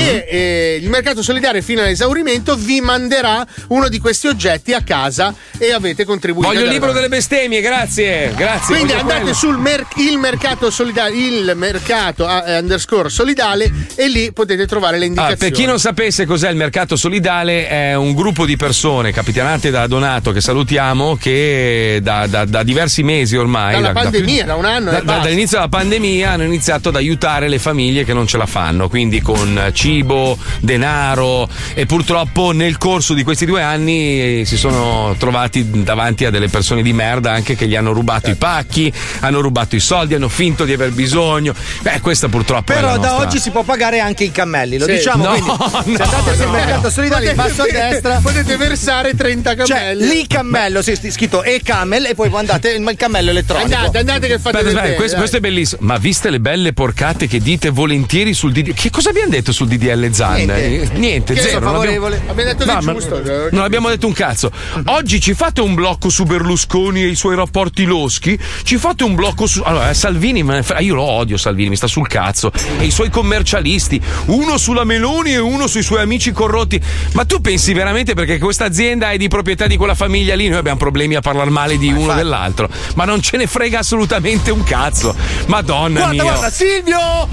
e il mercato solidale fino all'esaurimento vi manderà uno di questi oggetti a casa e avete contribuito. Voglio il libro delle bestemmie, grazie. Quindi andate sul il mercato solidale, il mercato _ solidale, e lì potete trovare le indicazioni. Per chi non sapesse cos'è il mercato solidale, è un gruppo di persone capitanate da da Donato, che salutiamo, che da diversi mesi ormai, Dalla pandemia, da un anno e basta. dall'inizio della pandemia hanno iniziato ad aiutare le famiglie che non ce la fanno, quindi con cibo, denaro, e purtroppo nel corso di questi 2 anni si sono trovati davanti a delle persone di merda anche che gli hanno rubato i pacchi, hanno rubato i soldi, hanno finto di aver bisogno. Questa purtroppo però è la nostra... da oggi si può pagare anche i cammelli, lo Sì. diciamo, No, quindi se andate sul mercato solidale in basso a destra potete versare 30 cammelli. Cioè, lì cammello, sì, scritto e-camel, e poi andate il cammello elettronico. Andate che fate Aspetta, questo è bellissimo. Ma viste le belle porcate che dite volentieri sul DDL? Che cosa abbiamo detto sul DDL Zan? Niente, Che zero. sono favorevole. Abbiamo detto No, che ma- è giusto. Non abbiamo detto un cazzo. Oggi ci fate un blocco su Berlusconi e i suoi rapporti loschi? Ci fate un blocco su. Allora, Salvini, io lo odio Salvini, mi sta sul cazzo. E i suoi commercialisti, uno sulla Meloni e uno sui suoi amici corrotti. Ma tu pensi veramente, perché questa azienda è di proprietà di quella famiglia lì, noi abbiamo problemi a parlare male di uno dell'altro? Ma non ce ne frega assolutamente un cazzo. Madonna mia. Guarda, Silvio!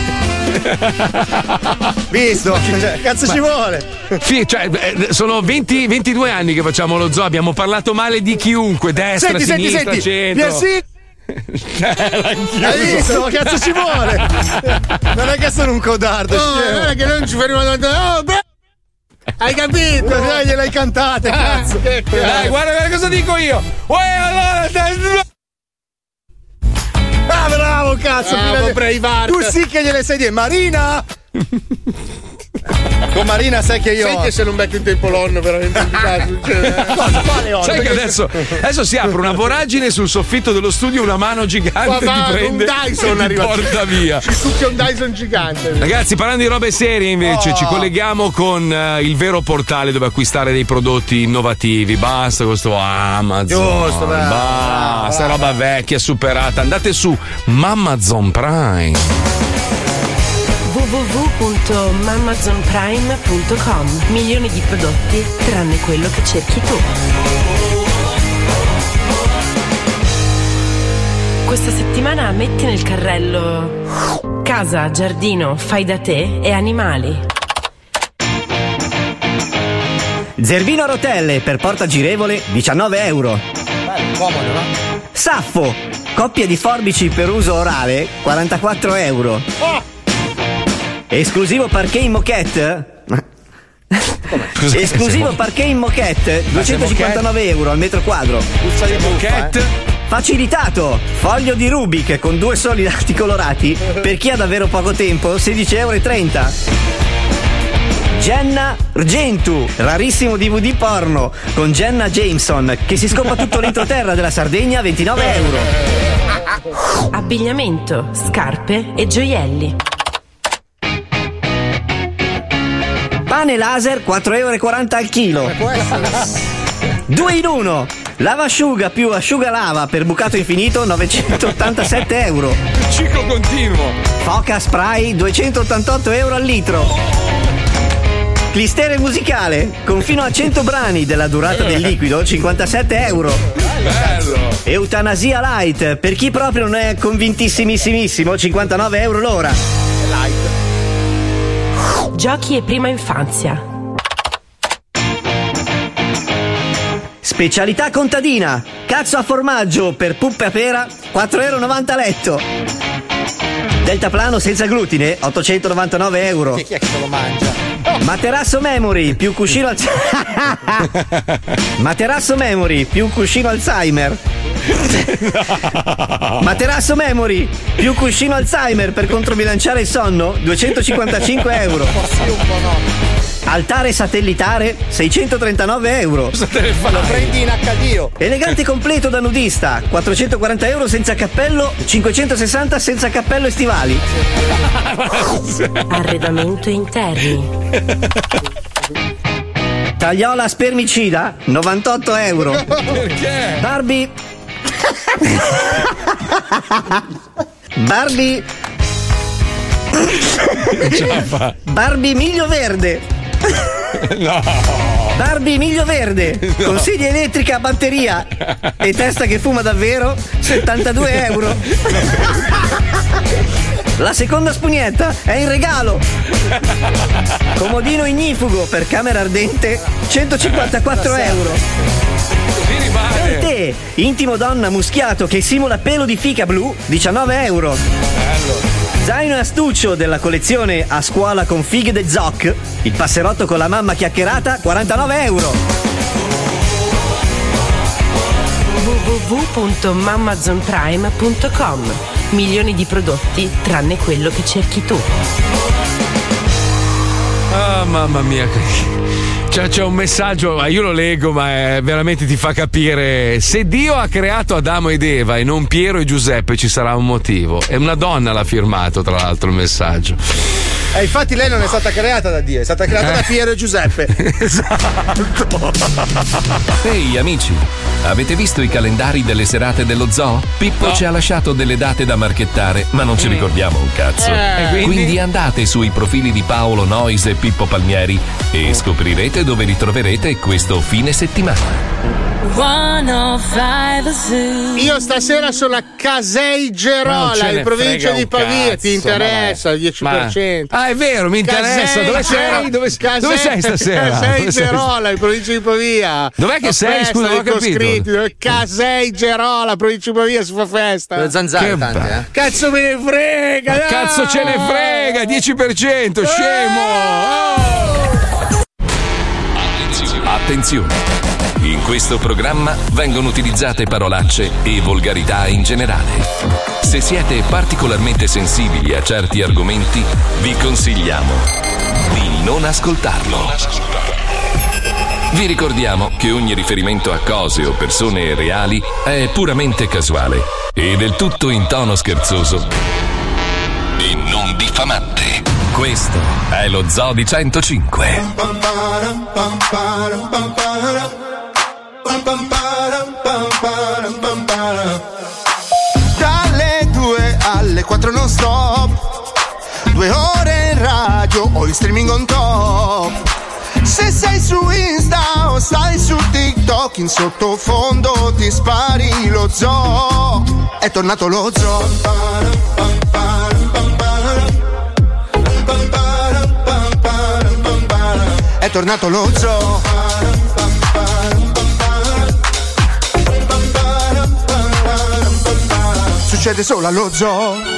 Visto? Cioè, cazzo ci vuole? Sono 22 anni che facciamo lo zoo, abbiamo parlato male di chiunque, destra, sinistra, centro. Hai visto? Cazzo ci vuole? Non è che sono un codardo, scemo. Non è che non ci fermiamo davanti. Oh, beh! Hai capito? Dai, gliel'hai cantate, cazzo. Dai, guarda cosa dico io. Allora, ah, bravo, cazzo. Tu sì che gliele sai dire. Marina! Con Marina sai che io. Sai che se non becchi un tempo l'onno veramente in caso. Sai che adesso si apre una voragine sul soffitto dello studio, una mano gigante ti prende un Dyson e ti porta via. Ci succhia un Dyson gigante. Ragazzi, parlando di robe serie invece, ci colleghiamo con il vero portale dove acquistare dei prodotti innovativi. Basta questo Amazon. Giusto, basta, roba vecchia, superata. Andate su Amazon Prime. www.amazonprime.com. Milioni di prodotti tranne quello che cerchi tu. Questa settimana metti nel carrello casa, giardino, fai da te e animali. Zerbino a rotelle per porta girevole 19 euro. Comodo, no? Saffo, coppia di forbici per uso orale 44 euro. Esclusivo parquet in moquette? Esclusivo parquet in moquette 259 euro al metro quadro. Facilitato, foglio di Rubik con 2 soli lati colorati per chi ha davvero poco tempo 16,30 euro. Jenna Argentu, rarissimo DVD porno con Jenna Jameson che si scopa tutto l'entroterra della Sardegna 29 euro. Abbigliamento, scarpe e gioielli. Pane laser 4,40 euro al chilo. 2 in 1. Lavasciuga più asciugalava per bucato infinito 987 euro. Ciclo continuo. Foca spray 288 euro al litro. Clistere musicale con fino a 100 brani della durata del liquido 57 euro. Bello. Eutanasia light per chi proprio non è convintissimissimissimo 59 euro l'ora. Giochi e prima infanzia. Specialità contadina, cazzo a formaggio per puppe a pera 4,90 euro letto. Deltaplano senza glutine 899 euro. Chi è che se lo mangia? Materasso memory più cuscino Materasso memory più cuscino Alzheimer. Materasso memory più cuscino Alzheimer per controbilanciare il sonno 255 euro. Altare satellitare 639 euro. Lo prendi in HDO. Elegante completo da nudista 440 euro senza cappello, 560 senza cappello e stivali. Arredamento interni. Tagliola spermicida 98 euro. Perché? Barbie Barbie miglio verde. No. Barbie miglio verde con sedia elettrica a batteria e testa che fuma davvero 72 euro. La seconda spugnetta è in regalo. Comodino ignifugo per camera ardente, 154 euro. Per te, intimo donna muschiato che simula pelo di fica blu, 19 euro. Zaino e astuccio della collezione A scuola con fighe de zoc, il passerotto con la mamma chiacchierata, 49 euro. www.mamazonprime.com. Milioni di prodotti tranne quello che cerchi tu. Ah, mamma mia. C'è un messaggio, io lo leggo, ma veramente ti fa capire. Se Dio ha creato Adamo ed Eva e non Piero e Giuseppe, ci sarà un motivo. E una donna l'ha firmato, tra l'altro, il messaggio. Infatti lei non è stata creata da Dio, è stata creata da Piero e Giuseppe. Esatto. Ehi amici, avete visto i calendari delle serate dello zoo? Pippo ci ha lasciato delle date da marchettare, ma non ci ricordiamo un cazzo. Quindi andate sui profili di Paolo Noise e Pippo Palmieri e scoprirete dove ritroverete questo fine settimana. 105 Zoo. Io stasera sono a Casei Gerola, in provincia di Pavia. cazzo, ti interessa il 10%? Ah, è vero, mi interessa. Dove sei? Dove sei stasera? Casei Gerola, in provincia di Pavia. Dov'è che sei? Scusa, non ho capito. Casei Gerola, provincia di Pavia, si fa festa. Le zanzare tante, Cazzo me ne frega, dai. Cazzo ce ne frega, 10%, scemo. Attenzione! In questo programma vengono utilizzate parolacce e volgarità in generale. Se siete particolarmente sensibili a certi argomenti, vi consigliamo di non ascoltarlo. Vi ricordiamo che ogni riferimento a cose o persone reali è puramente casuale e del tutto in tono scherzoso e non diffamante. Questo è lo Zoo di 105. Dalle 2 alle 4 non stop, 2 ore in radio o in streaming on top. Se sei su Insta o stai su TikTok, in sottofondo ti spari lo zoo. È tornato lo zoo. È tornato lo zoo. Succede solo allo zoo.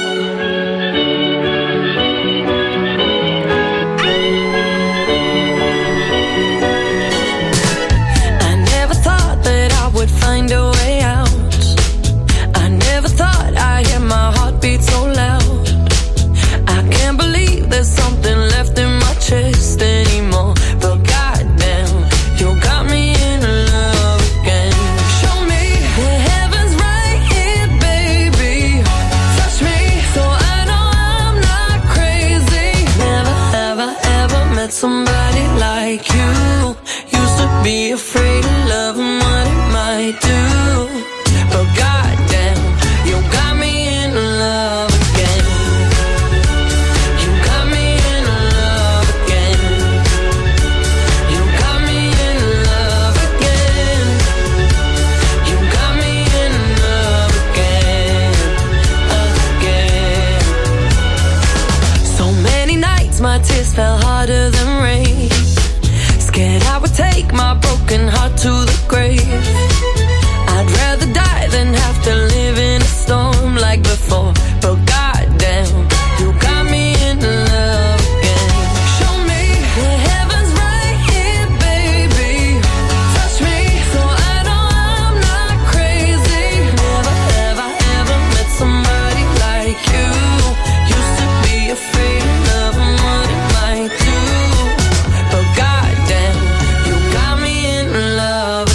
Find a way out. I never thought I'd hear my heartbeat so loud. I can't believe there's something left in my chest anymore. But goddamn, you got me in love again. Show me the heavens right here, baby. Touch me so I know I'm not crazy. Never, ever, ever met somebody like you. Used to be afraid of love and what it might do. But goddamn, you got me in love again. You got me in love again. You got me in love again. You got me in love again, again. So many nights my tears fell harder than rain. Scared I would take my broken heart to the grave. I'd rather die than have to live in a storm like before. But goddamn, you got me in love again. Show me the heavens right here, baby. Touch me so I know I'm not crazy. Never, ever, ever met somebody like you. Used to be afraid of love and what it might do. But goddamn, you got me in love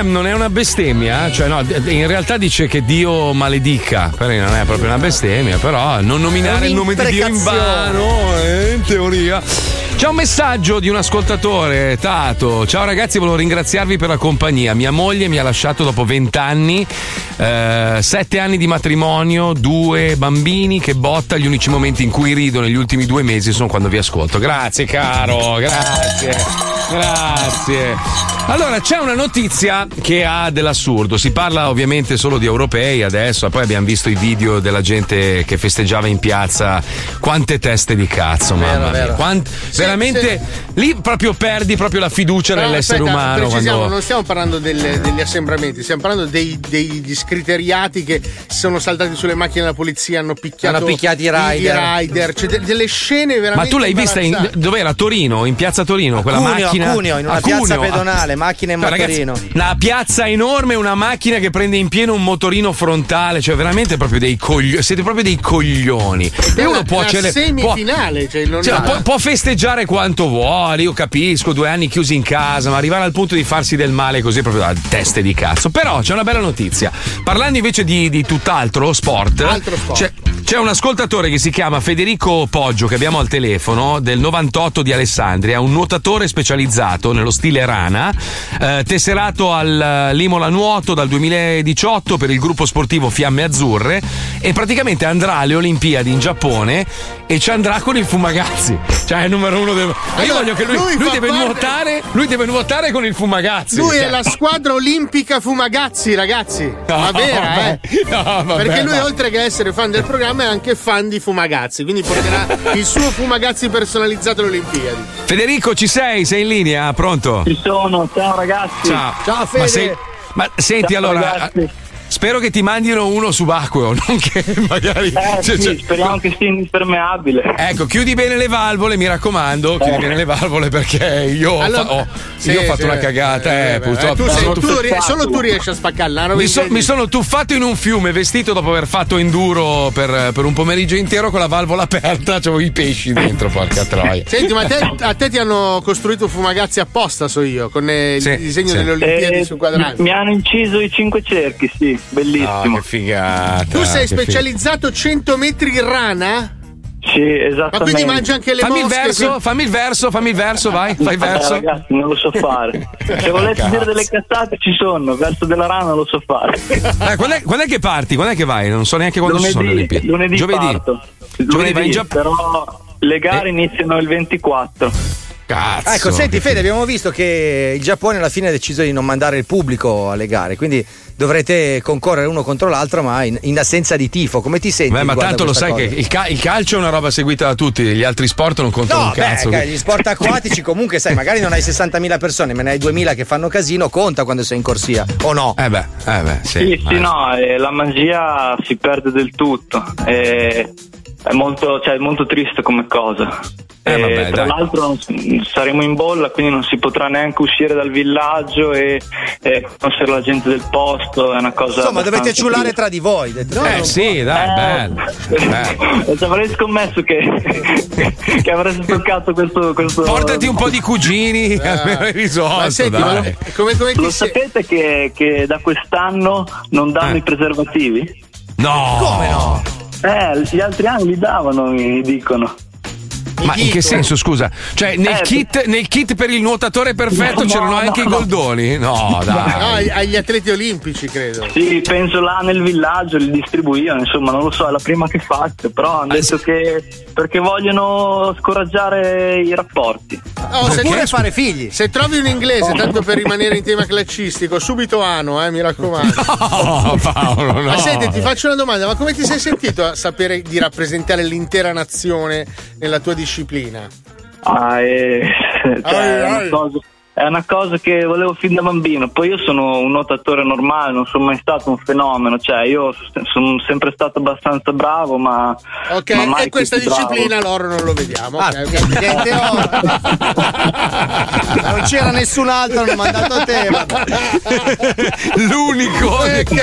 non è una bestemmia, cioè no, in realtà dice che Dio maledica, però non è proprio una bestemmia, però non nominare il nome di Dio in vano, in teoria. C'è un messaggio di un ascoltatore, Tato. Ciao ragazzi, volevo ringraziarvi per la compagnia. Mia moglie mi ha lasciato dopo 20 anni, 7 anni di matrimonio, 2 bambini, che botta. Gli unici momenti in cui rido negli ultimi 2 mesi sono quando vi ascolto. Grazie caro, grazie. Allora, c'è una notizia che ha dell'assurdo. Si parla ovviamente solo di europei adesso, poi abbiamo visto i video della gente che festeggiava in piazza. Quante teste di cazzo, mamma mia. Veramente lì proprio perdi proprio la fiducia nell'essere umano. Non stiamo parlando degli assembramenti, stiamo parlando degli scriteriati che sono saltati sulle macchine della polizia, hanno picchiati i rider. Cioè delle scene veramente. Ma tu l'hai vista dov'era? Torino, in piazza Torino, quella macchina. Cuneo, in una piazza pedonale, macchine e motorino. Ragazzi, una piazza enorme, una macchina che prende in pieno un motorino frontale, cioè veramente proprio dei coglioni. Siete proprio dei coglioni. E uno può semifinale, può festeggiare quanto vuole, io capisco, 2 anni chiusi in casa, ma arrivare al punto di farsi del male così proprio da teste di cazzo. Però c'è una bella notizia. Parlando invece di tutt'altro sport. C'è un ascoltatore che si chiama Federico Poggio, che abbiamo al telefono, del 98 di Alessandria, un nuotatore specializzato nello stile rana, tesserato all'Imola Nuoto dal 2018 per il gruppo sportivo Fiamme Azzurre, e praticamente andrà alle Olimpiadi in Giappone e ci andrà con il Fumagazzi. Cioè è il numero 1 del. Io voglio che lui deve nuotare con il Fumagazzi. Lui è la squadra olimpica Fumagazzi, ragazzi. Ma vera, perché lui, oltre che essere fan del programma, è anche fan di Fumagazzi, quindi porterà il suo Fumagazzi personalizzato alle Olimpiadi. Federico, ci sei? Sei in linea? Pronto? Ci sono, ciao ragazzi. Ciao Fede. Ma senti, ciao, allora. Ragazzi. Spero che ti mandino uno subacqueo, non che magari. Speriamo che sia impermeabile. Ecco, chiudi bene le valvole, mi raccomando. Chiudi bene le valvole, perché io ho fatto una cagata. Purtroppo. Solo tu riesci a spaccarla. Mi sono tuffato in un fiume vestito dopo aver fatto enduro per un pomeriggio intero con la valvola aperta. C'avevo i pesci dentro, porca troia. Senti, ma a te ti hanno costruito un Fumagazzi apposta, so io, con il disegno delle Olimpiadi sul quadrante. Mi hanno inciso i 5 cerchi, sì. Bellissimo. Che figata. Tu sei specializzato 100 metri in rana? Sì, esattamente. Ma quindi mangi anche le mosche? Fammi il verso, vai, fai il verso. Ragazzi, non lo so fare. Se volete dire delle cazzate ci sono, verso della rana lo so fare. Quando è che parti? Quando è che vai? Non so neanche quando ci sono le Olimpiadi. Lunedì parto. Giovedì vai in Giappone. Però le gare iniziano il 24. Cazzo, ecco, senti Fede, abbiamo visto che il Giappone alla fine ha deciso di non mandare il pubblico alle gare, quindi dovrete concorrere uno contro l'altro, ma in assenza di tifo. Come ti senti? Ma tanto lo sai che il calcio è una roba seguita da tutti, gli altri sport non contano un cazzo. Gli sport acquatici comunque sai, magari non hai 60.000 persone, ma ne hai 2.000 che fanno casino, conta quando sei in corsia, o no? Sì, no, la magia si perde del tutto. È molto triste come cosa. Tra l'altro saremo in bolla, quindi non si potrà neanche uscire dal villaggio e conoscere la gente del posto. È una cosa. Insomma, dovete ciullare tra di voi. Bello. Avrei scommesso che avreste toccato questo. Portati un po' di cugini, almeno hai risolto. Ma senti, come lo sapete che da quest'anno non danno i preservativi? No! Come no? Gli altri anni li davano, mi dicono. Ma in che senso, scusa? Cioè, nel kit per il nuotatore perfetto c'erano anche i goldoni? No, dai. No, agli atleti olimpici, credo. Sì, penso là nel villaggio li distribuivano, insomma, non lo so, è la prima che faccio, però hanno detto che perché vogliono scoraggiare i rapporti. Oppure fare figli. Se trovi un inglese, tanto per rimanere in tema calcistico, subito ano, mi raccomando. No, Paolo, no. Ma senti, ti faccio una domanda, ma come ti sei sentito a sapere di rappresentare l'intera nazione nella tua disciplina? È una cosa che volevo fin da bambino. Poi io sono un nuotatore normale, non sono mai stato un fenomeno, cioè io sono sempre stato abbastanza bravo, ma e questa disciplina l'oro non lo vediamo. Niente oro. Non c'era nessun altro, hanno mandato a te. L'unico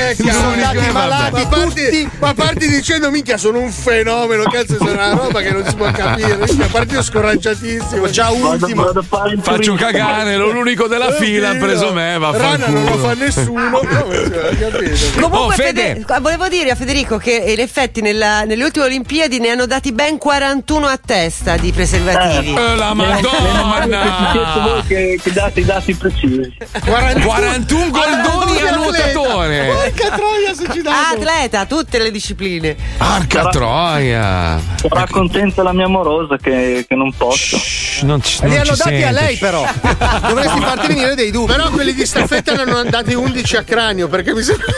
ma parti dicendo minchia sono un fenomeno, cazzo, sono una roba che non si può capire, minchia, parti io scoraggiatissimo, già ultimo. Faccio cagare ero l'unico della fila, ha preso me, Rana non lo fa nessuno. Comunque, Fede. volevo dire a Federico che in effetti nelle ultime Olimpiadi ne hanno dati ben 41 a testa di preservativi. La Madonna! Che date i dati precisi. 41 goldoni a nuotatore. Porca troia, se ci danno. Atleta, tutte le discipline. Porca troia. Sarà contenta la mia amorosa che non posso. Non Li hanno ci dati a sente. lei, però. Dovresti farti venire dei dubbi. Però quelli di staffetta ne hanno dati 11 a cranio, perché mi sembra.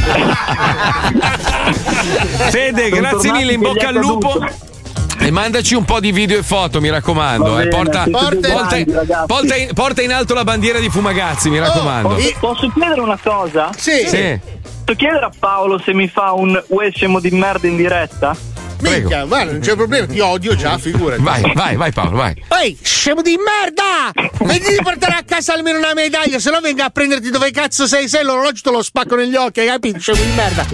Fede, grazie mille, in bocca al lupo. E mandaci un po' di video e foto, mi raccomando. Va bene, Porta in alto la bandiera di Fumagazzi, mi raccomando. Posso chiedere una cosa? Sì. Posso chiedere a Paolo se mi fa un scemo di merda in diretta? Minchia, guarda, non c'è problema, ti odio già, figurati. Vai Paolo, vai. Ehi, scemo di merda! Vedi di portare a casa almeno una medaglia, se no venga a prenderti dove cazzo sei, l'orologio te lo spacco negli occhi, hai capito? Scemo di merda.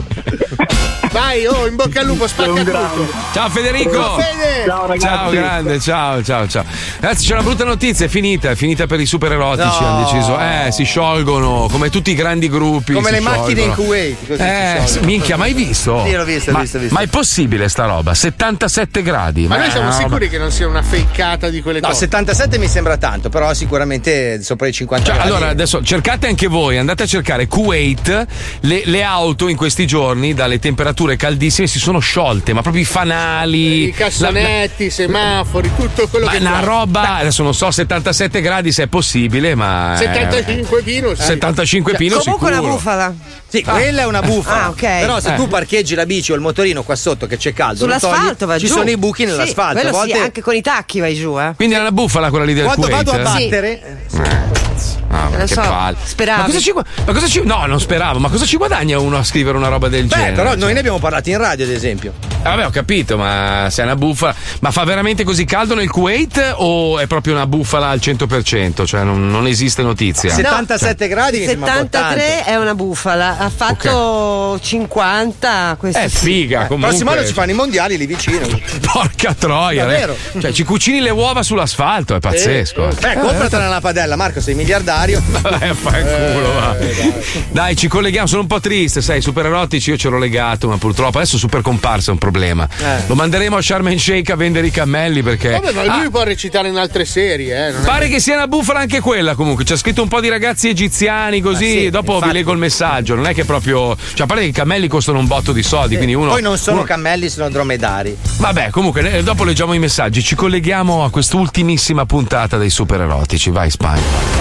Vai, in bocca al lupo, spacca tutto. Ciao Federico. Ciao Fede. Ciao ragazzi. Ciao grande, ciao. Ragazzi, c'è una brutta notizia, è finita per i super erotici, No. hanno deciso. Si sciolgono come tutti i grandi gruppi. Come si le macchine in sciolgono. Kuwait. Così si sciolgono. Minchia, mai visto? Io l'ho visto. Ma è possibile sta roba? 77 gradi. Ma noi siamo è una sicuri che non sia una fakeata di quelle No, cose? 77 mi sembra tanto, però sicuramente sopra i 50 Cioè, gradi. allora adesso cercate anche voi, andate a cercare Kuwait, le auto in questi giorni dalle temperature caldissime si sono sciolte, ma proprio i fanali, I cassonetti, i semafori, tutto quello ma che una c'è. roba, adesso non so 77 gradi se è possibile, ma 75 pino, sì. 75 pino Comunque sicuro. una bufala. Sì, quella è una bufala. Ah, ok. Però se tu parcheggi la bici o il motorino qua sotto che c'è caldo, lo Sull'asfalto togli, va ci giù. sono i buchi nell'asfalto. Quello A volte, sì, anche con i tacchi vai giù, Quindi è una bufala quella lì del quando Kuwait. vado a battere, Ah, ma lo che so, palle. speravi. Ma cosa ci no, non speravo, ma cosa ci guadagna uno a scrivere una roba del genere? però Cioè, noi ne abbiamo parlato in radio, ad esempio. vabbè, ho capito, ma se è una bufala. Ma fa veramente così caldo nel Kuwait o è proprio una bufala al 100%? Cioè non esiste notizia. 77 gradi mi sembra 73 è una bufala, ha fatto 50, questo È sì. figa, comunque. Prossimo anno ci fanno i mondiali lì vicino. Porca troia, Davvero? Cioè, ci cucini le uova sull'asfalto, è pazzesco. Compratela una padella, Marco, sei miliardario. Fanculo, va. Dai, ci colleghiamo, sono un po' triste, sai, super erotici io ce l'ho legato, ma purtroppo adesso super comparsa è un problema. Lo manderemo a Sharm el Sheikh a vendere i cammelli perché Vabbè, ma lui può recitare in altre serie, non è pare che sia una bufala anche quella comunque, c'è scritto un po' di ragazzi egiziani così, sì, dopo infatti. vi leggo il messaggio, non è che proprio, cioè a parte che i cammelli costano un botto di soldi, quindi uno Poi non sono cammelli, sono dromedari. Vabbè, comunque dopo leggiamo i messaggi, ci colleghiamo a quest'ultimissima puntata dei super erotici, vai Spagna.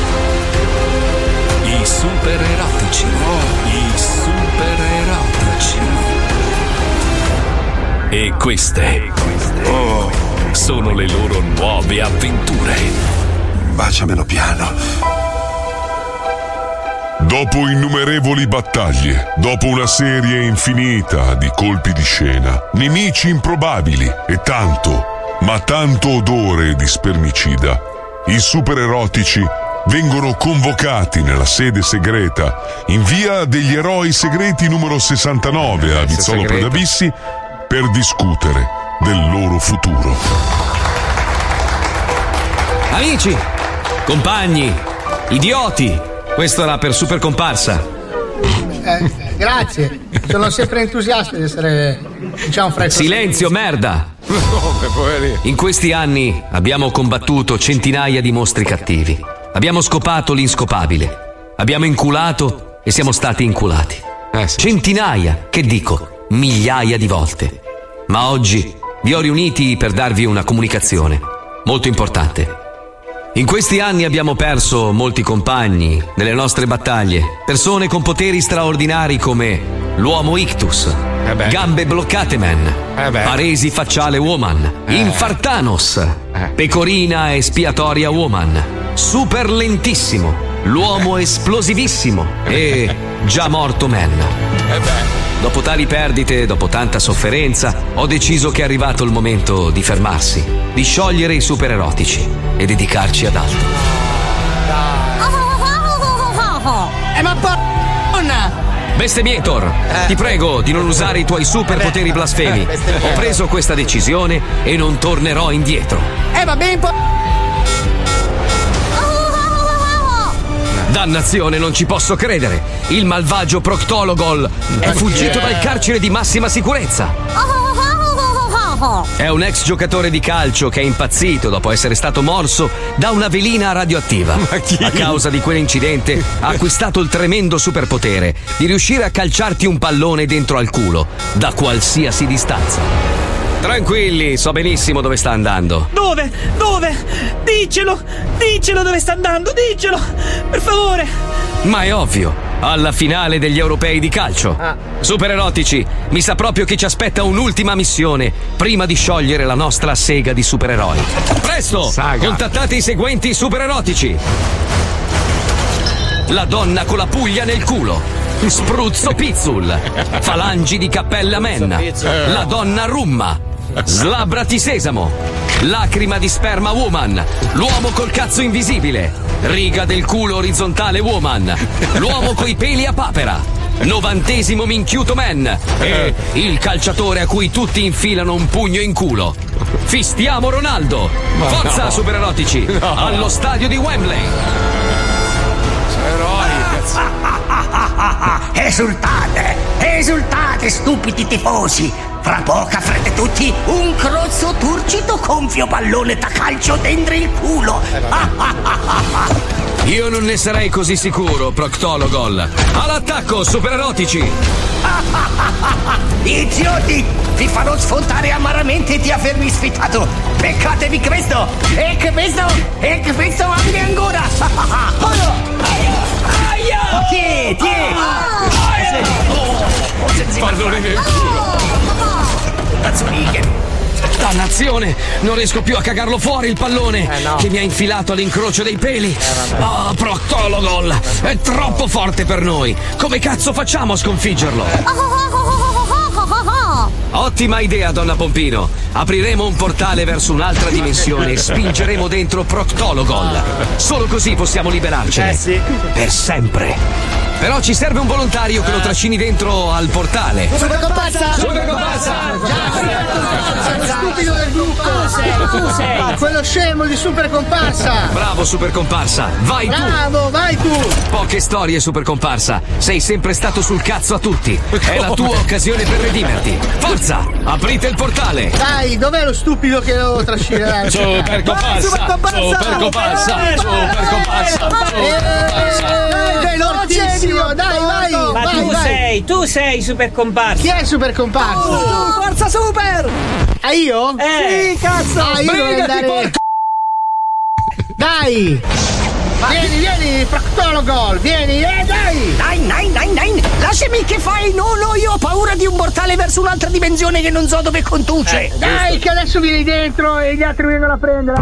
I super erotici. I super erotici. E queste sono le loro nuove avventure. Baciamelo piano. Dopo innumerevoli battaglie, dopo una serie infinita di colpi di scena, nemici improbabili e tanto, ma tanto odore di spermicida, i super erotici vengono convocati nella sede segreta in via degli Eroi Segreti numero 69 a Vizzolo Predabissi per discutere del loro futuro. Amici, compagni, idioti, questo era per Super Comparsa. Grazie, sono sempre entusiasta di essere, diciamo, fresco. Silenzio, merda! In questi anni abbiamo combattuto centinaia di mostri cattivi. Abbiamo scopato l'inscopabile. Abbiamo inculato e siamo stati inculati. Centinaia, che dico, migliaia di volte. Ma oggi vi ho riuniti per darvi una comunicazione molto importante. In questi anni abbiamo perso molti compagni nelle nostre battaglie, persone con poteri straordinari come l'uomo Ictus, Gambe Bloccate Man, Paresi Facciale Woman, Infartanos, Pecorina Espiatoria Woman, Super Lentissimo, l'uomo Esplosivissimo e Già Morto Man. Dopo tali perdite, dopo tanta sofferenza, ho deciso che è arrivato il momento di fermarsi, di sciogliere i super erotici e dedicarci ad altro. Ma buona! Bestemmietor, ti prego di non usare i tuoi super poteri blasfemi. Ho preso questa decisione e non tornerò indietro. Va bene, Dannazione, non ci posso credere. Il malvagio Proctologol è fuggito dal carcere di massima sicurezza. È un ex giocatore di calcio che è impazzito dopo essere stato morso da una velina radioattiva. A causa di quell'incidente ha acquistato il tremendo superpotere di riuscire a calciarti un pallone dentro al culo da qualsiasi distanza. Tranquilli, so benissimo dove sta andando. Dove? Diccelo dove sta andando, diccelo, per favore. Ma è ovvio, alla finale degli europei di calcio. Supererotici, mi sa proprio che ci aspetta un'ultima missione prima di sciogliere la nostra sega di supereroi. Presto, contattate i seguenti supererotici. La donna con la puglia nel culo, Spruzzo Pizzul, Falangi di Cappella Men, la donna Rumma, Slabrati Sesamo, Lacrima di Sperma Woman, l'uomo col cazzo invisibile, Riga del culo orizzontale Woman, l'uomo coi peli a papera, 90° minchiuto man e il calciatore a cui tutti infilano un pugno in culo. Fistiamo Ronaldo! Forza supererotici! Allo stadio di Wembley! Esultate stupidi tifosi! Fra poco avrete tutti un crozzo turcido gonfio pallone da calcio dentro il culo! Io non ne sarei così sicuro, Proctologol. All'attacco, supererotici! Idioti! Vi farò sfontare amaramente di avermi sfidato! Beccatevi questo! E questo anche ancora! Ti! Pallone nel culo! Dannazione! Non riesco più a cagarlo fuori il pallone! Che mi ha infilato all'incrocio dei peli! Proctologol! È troppo forte per noi! Come cazzo facciamo a sconfiggerlo? Ottima idea, donna Pompino! Apriremo un portale verso un'altra dimensione e spingeremo dentro Proctologol! Solo così possiamo liberarcene! Per sempre! Però ci serve un volontario che lo trascini dentro al portale. Super Comparsa! Stupido del gruppo! Tu sei! Quello scemo di Super Comparsa! Bravo Super Comparsa! Vai tu! Bravo, vai tu! Poche storie Super Comparsa! Sei sempre stato sul cazzo a tutti! È la tua occasione per redimerti! Forza! Aprite il portale! Dai, dov'è lo stupido che lo trascinerà? Super Comparsa! Super Comparsa! Super Comparsa! Velocissimo, dai, vai! Ma tu sei Super Comparsa! Chi è Super Comparsa? Forza Super! Ah, io? Sì, cazzo! Ah, io devo andare... Dai! Vieni, Proctologol, vieni, dai! Dai! Lasciami che fai! No, io ho paura di un portale verso un'altra dimensione che non so dove conduce! Dai, che adesso vieni dentro e gli altri vengono a prendere!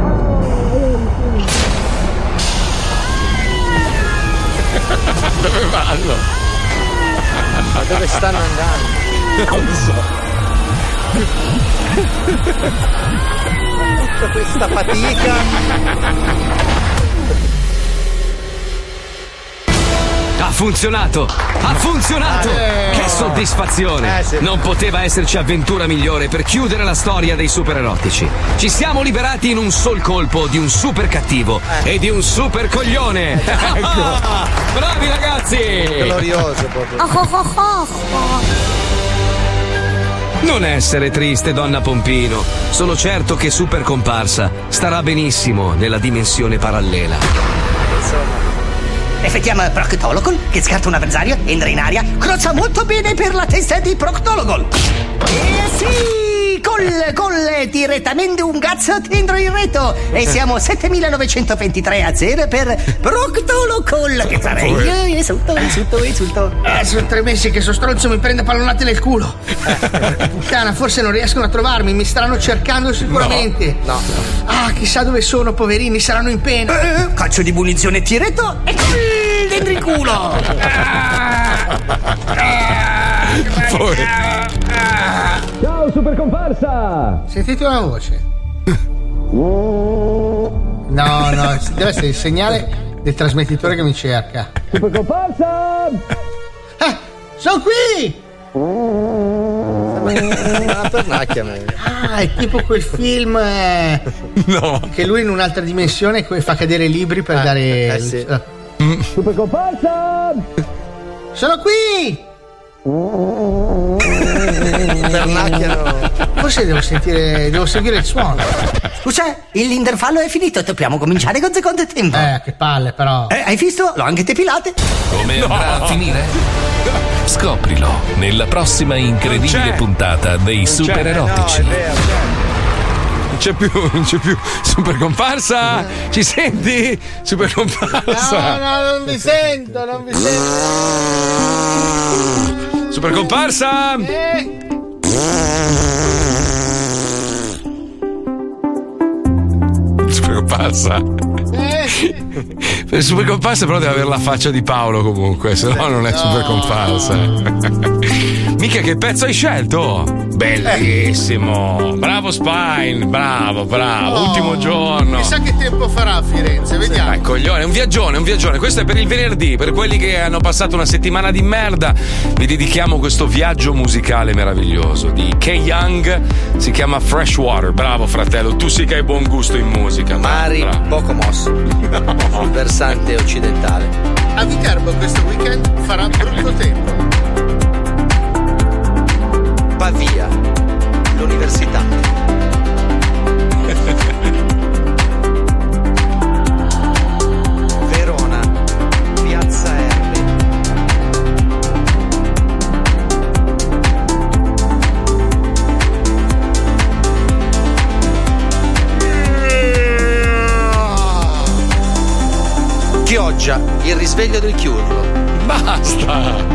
Dove vanno? Ma dove stanno andando? Non so. Tutta questa fatica. Ha funzionato! Ha funzionato! Che soddisfazione! Sì. Non poteva esserci avventura migliore per chiudere la storia dei supererotici. Ci siamo liberati in un sol colpo di un super cattivo e di un super coglione! Ecco. Bravi ragazzi! Glorioso proprio. Non essere triste, donna Pompino. Sono certo che Super Comparsa starà benissimo nella dimensione parallela. Effettiamo Proctologol che scarta un avversario, entra in aria, crozza molto bene per la testa di Proctologol. Sì, gol, direttamente un cazzo dentro il retto. E siamo 7.923-0 per Proctologol. Che farei? Esulto. Sono 3 mesi che sto stronzo mi prende pallonate nel culo. Puttana, forse non riescono a trovarmi, mi staranno cercando sicuramente. No. Ah, chissà dove sono, poverini, saranno in pena. Calcio di munizione tiretto e gol dentro il culo. Ciao Super Comparsa! Sentite una voce. No, deve essere il segnale del trasmettitore che mi cerca. Super Comparsa! Sono qui! Una pernacchia. Ah, è tipo quel film che lui in un'altra dimensione fa cadere i libri per dare sì. Super comparsa! Sono qui! Pernacchiano. Forse devo seguire il suono. Scusa, l'intervallo è finito, dobbiamo cominciare con il secondo tempo. Che palle però. Hai visto? L'ho anche depilate. Come andrà a finire? Scoprilo nella prossima incredibile puntata dei Super Erotici. Non c'è più Super Comparsa. Ci senti? Super Comparsa. No, non vi sento. Super Comparsa. Super Comparsa. Super Comparsa però deve avere la faccia di Paolo comunque, se no non è Super Comparsa. Mica che pezzo hai scelto? Bellissimo. Bravo Spine, bravo. Ultimo giorno. Chissà che tempo farà a Firenze, vediamo. Dai, coglione, un viaggione. Questo è per il venerdì, per quelli che hanno passato una settimana di merda. Vi dedichiamo questo viaggio musicale meraviglioso di K. Young, si chiama Freshwater. Bravo fratello, tu sì che hai buon gusto in musica. Mari poco mosso sul versante occidentale. A Viterbo questo weekend farà brutto tempo. Pavia, l'università. Verona, Piazza Erbe. Chioggia, il risveglio del chiurlo. Basta!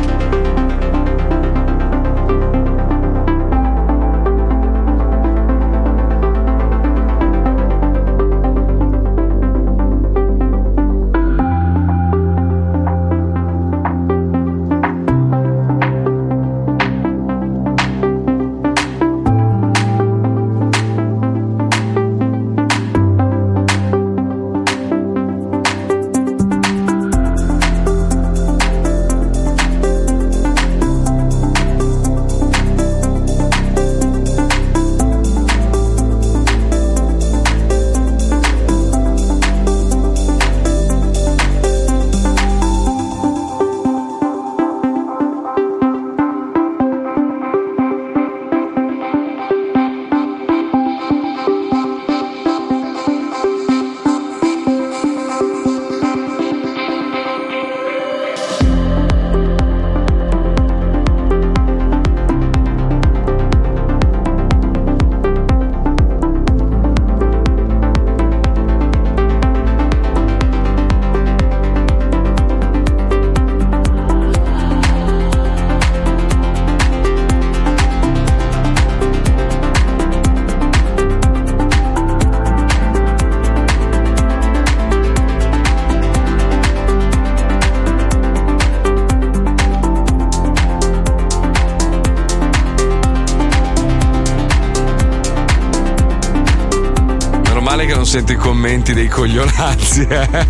Sento i commenti dei coglionazzi,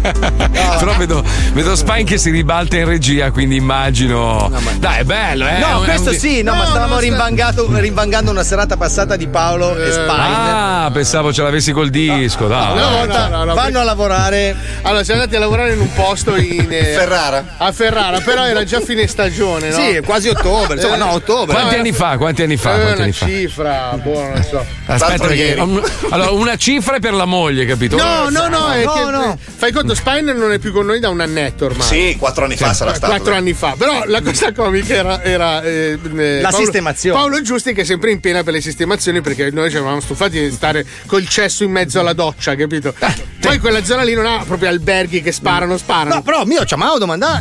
però vedo Spine che si ribalta in regia, quindi immagino. Dai, è bello, No, questo sì, ma stavamo rinvangando una serata passata di Paolo e Spine. Ah, pensavo ce l'avessi col disco. Vanno a lavorare. Allora, siamo andati a lavorare in un posto in Ferrara. A Ferrara, però era già fine stagione, no? Sì, quasi ottobre. Ottobre. Quanti anni fa? Una cifra, non so. Aspetta, perché allora una cifra è per la moglie, capito? No. Fai conto, Spine non è più con noi da un annetto ormai. Sì, 4 anni fa sarà stato. 4 anni fa. Però la cosa comica era la sistemazione. Paolo Giusti che è sempre in pena per le sistemazioni, perché noi ci eravamo stufati di stare col cesso in mezzo alla doccia, capito? Poi quella zona lì non ha proprio alberghi che sparano. No, però mio Ciamao domandare.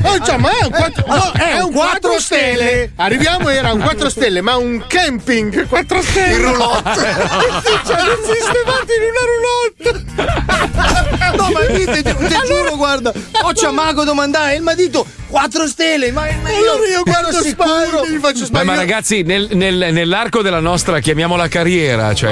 È un 4 stelle. Arriviamo, era un 4 stelle, ma un camping 4 stelle. In roulotte. Ci hanno sistemato in una roulotte. No, ma ti giuro, guarda, Ciamago domandare il madito 4 stelle, ma io guardo Spine, gli faccio Spine. Ma ragazzi, nell'arco della nostra, chiamiamola carriera, cioè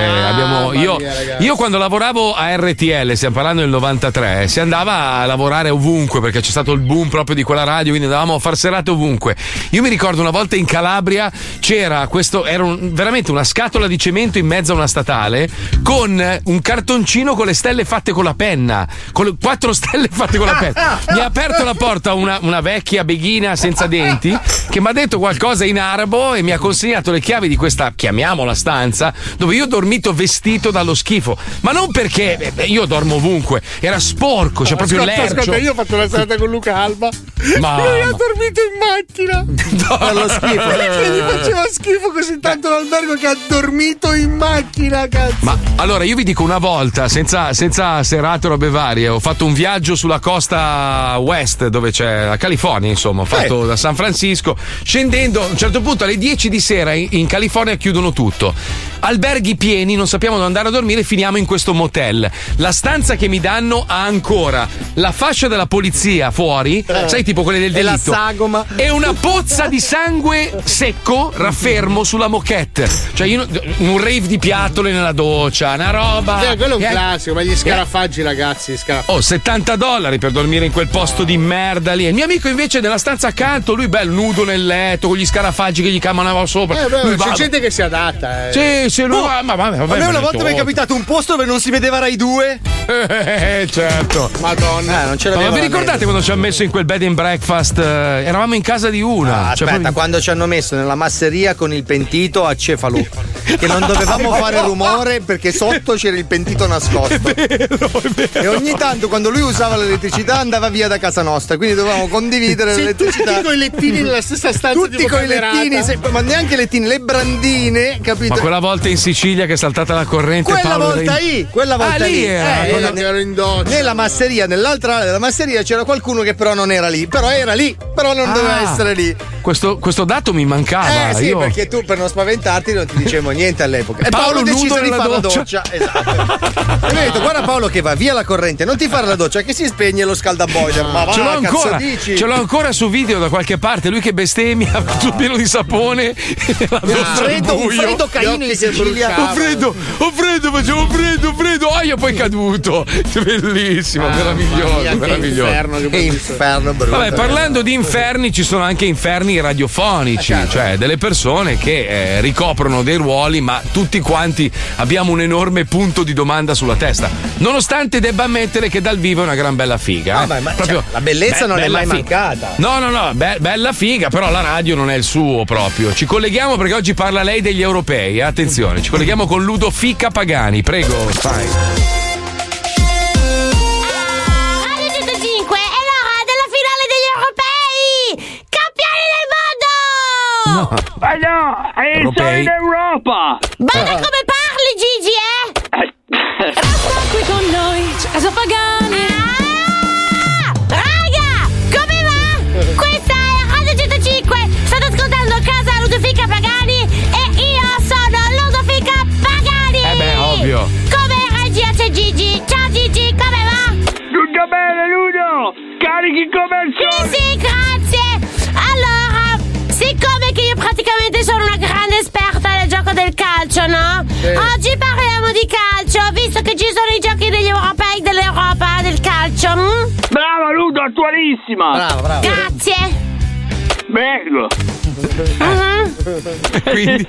io quando lavoravo a RTL, stiamo parlando del 93, si andava a lavorare ovunque perché c'è stato il boom proprio di quella radio, quindi andavamo a far serate ovunque. Io mi ricordo una volta in Calabria c'era veramente una scatola di cemento in mezzo a una statale con un cartoncino con le stelle fatte con la una penna, con le 4 stelle fatte con la penna. Mi ha aperto la porta una vecchia beghina senza denti che mi ha detto qualcosa in arabo e mi ha consegnato le chiavi di questa, chiamiamola, stanza, dove io ho dormito vestito dallo schifo. Ma non perché io dormo ovunque, era sporco, c'è proprio l'ercio. Ascolta, io ho fatto una serata con Luca Alba. Lui ha dormito in macchina. Per lo schifo. Perché gli faceva schifo così tanto l'albergo che ha dormito in macchina, cazzo. Ma allora io vi dico, una volta, senza serate o robe varie, ho fatto un viaggio sulla costa west, dove c'è la California, insomma, ho fatto da San Francisco, scendendo a un certo punto alle 10 di sera in California chiudono tutto. Alberghi pieni, non sappiamo dove andare a dormire, finiamo in questo motel. La stanza che mi danno ha ancora la fascia della polizia fuori, sai, tipo quelle del delitto, e la sagoma e una pozza di sangue secco raffermo sulla moquette. Cioè io, un rave di piattole nella doccia, una roba. Quello è un classico, ma gli scarafaggi, ragazzi, Oh, $70 per dormire in quel posto di merda lì. Il mio amico invece nella stanza accanto, lui bello nudo nel letto con gli scarafaggi che gli camminavano sopra. C'è gente che si adatta. Sì, lui va. Ma vabbè, a me una volta mi è capitato un posto dove non si vedeva Rai 2. Certo. Madonna. Non ce l'avevo. Ma vi ricordate quando ci ha messo in quel bed and breakfast? Eravamo in casa di una. Aspetta, quando ci hanno messo nella masseria con il pentito a cefalo. Che non dovevamo fare rumore perché sotto c'era il pentito nascosto. È vero. E ogni tanto quando lui usava l'elettricità andava via da casa nostra, quindi dovevamo condividere l'elettricità. Tutti con i lettini nella stessa stanza. Tutti con i lettini, ma neanche lettini, le brandine, capito? Ma quella volta in Sicilia che è saltata la corrente. Quella volta lì. Ero in doccia. Nella masseria, nell'altra area della masseria c'era qualcuno che però non era lì. Però era lì, però non doveva essere lì. Questo dato mi mancava. Sì, perché tu per non spaventarti non ti dicevo niente all'epoca. E Paolo deciso di fare la doccia. Esatto. E mi ha detto: guarda Paolo che va via la corrente, non ti fare la doccia che si spegne lo scaldaboiler. Ma va, ce l'ho cazzo ancora. dici? Ce l'ho ancora su video da qualche parte. Lui che bestemmia, tutto pieno di sapone. Un freddo caino in Sicilia. Ho freddo, facevo freddo. Io poi caduto. Bellissimo, meraviglioso. Inferno brutto. Vabbè, parlando di inferni, ci sono anche inferni radiofonici, cioè delle persone che ricoprono dei ruoli, ma tutti quanti abbiamo un enorme punto di domanda sulla testa. Nonostante debba ammettere che dal vivo è una gran bella figa. Ma proprio, la bellezza non è mai mancata. No, bella figa, però la radio non è il suo proprio. Ci colleghiamo perché oggi parla lei degli europei. Attenzione, ci colleghiamo con Ludovica Pagani. Prego, vai. No, è il sole d'Europa! Guarda come parli, Gigi, Resta qui con noi, Casa Pagani! Raga, come va? Questa è Radio 105, state ascoltando Casa Ludovica Pagani e io sono Ludovica Pagani! Ovvio! Come regia c'è Gigi? Ciao Gigi, come va? Tutto bene, Ludo! Carichi come al solito! Sì, grazie! Allora, siccome che io praticamente sono una grande esperta del gioco del calcio, no? Oggi parliamo di calcio, visto che ci sono i giochi degli europei dell'Europa del calcio. Brava Ludo, attualissima! Bravo. Grazie. Prego. Quindi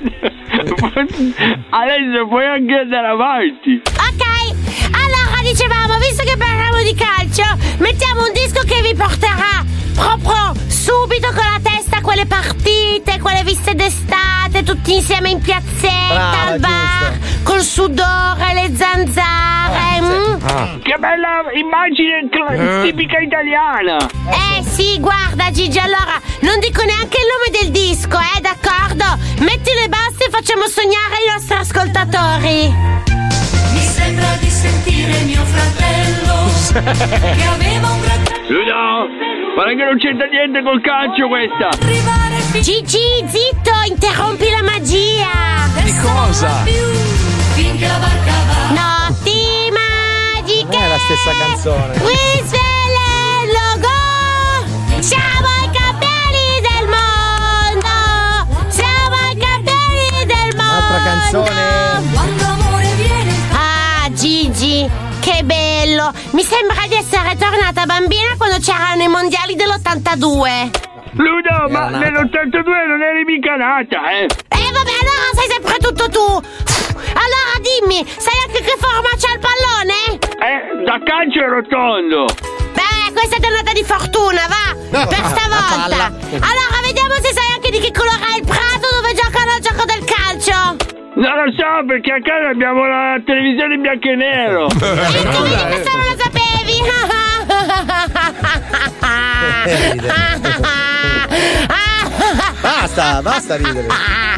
adesso puoi anche andare avanti. Ok, allora dicevamo, visto che parliamo di calcio, mettiamo un disco che vi porterà proprio subito con la testa a quelle partite, quelle viste d'estate, tutti insieme in piazzetta, al bar, col sudore, le zanzare. Che bella immagine tipica italiana. Sì, guarda Gigi, allora non dico neanche il nome del disco, d'accordo? Metti le basse e facciamo sognare i nostri ascoltatori. Mi sembra di sentire mio fratello che aveva un gran... Ludo, guarda che non c'entra niente col calcio questa. Gigi, zitto, interrompi la magia. Di cosa? Finché la barca va. Notti magiche. È la stessa canzone. Logo. Siamo i campioni del mondo. Siamo i campioni del mondo. Un'altra canzone. Quando amore viene. Gigi, che bello. Mi sembra di essere tornata bambina quando c'erano i mondiali dell'82. Ludo, ma nell'82 non eri mica nata, vabbè, allora sai sempre tutto tu. Allora dimmi, sai anche che forma c'ha il pallone? Da calcio è rotondo. Beh, questa è tornata di fortuna, va! Per stavolta! Allora, vediamo se sai anche di che colore è il prato dove giocano al gioco del calcio! Non lo so, perché a casa abbiamo la televisione in bianco e nero. Questo non lo sapevi! Basta ridere.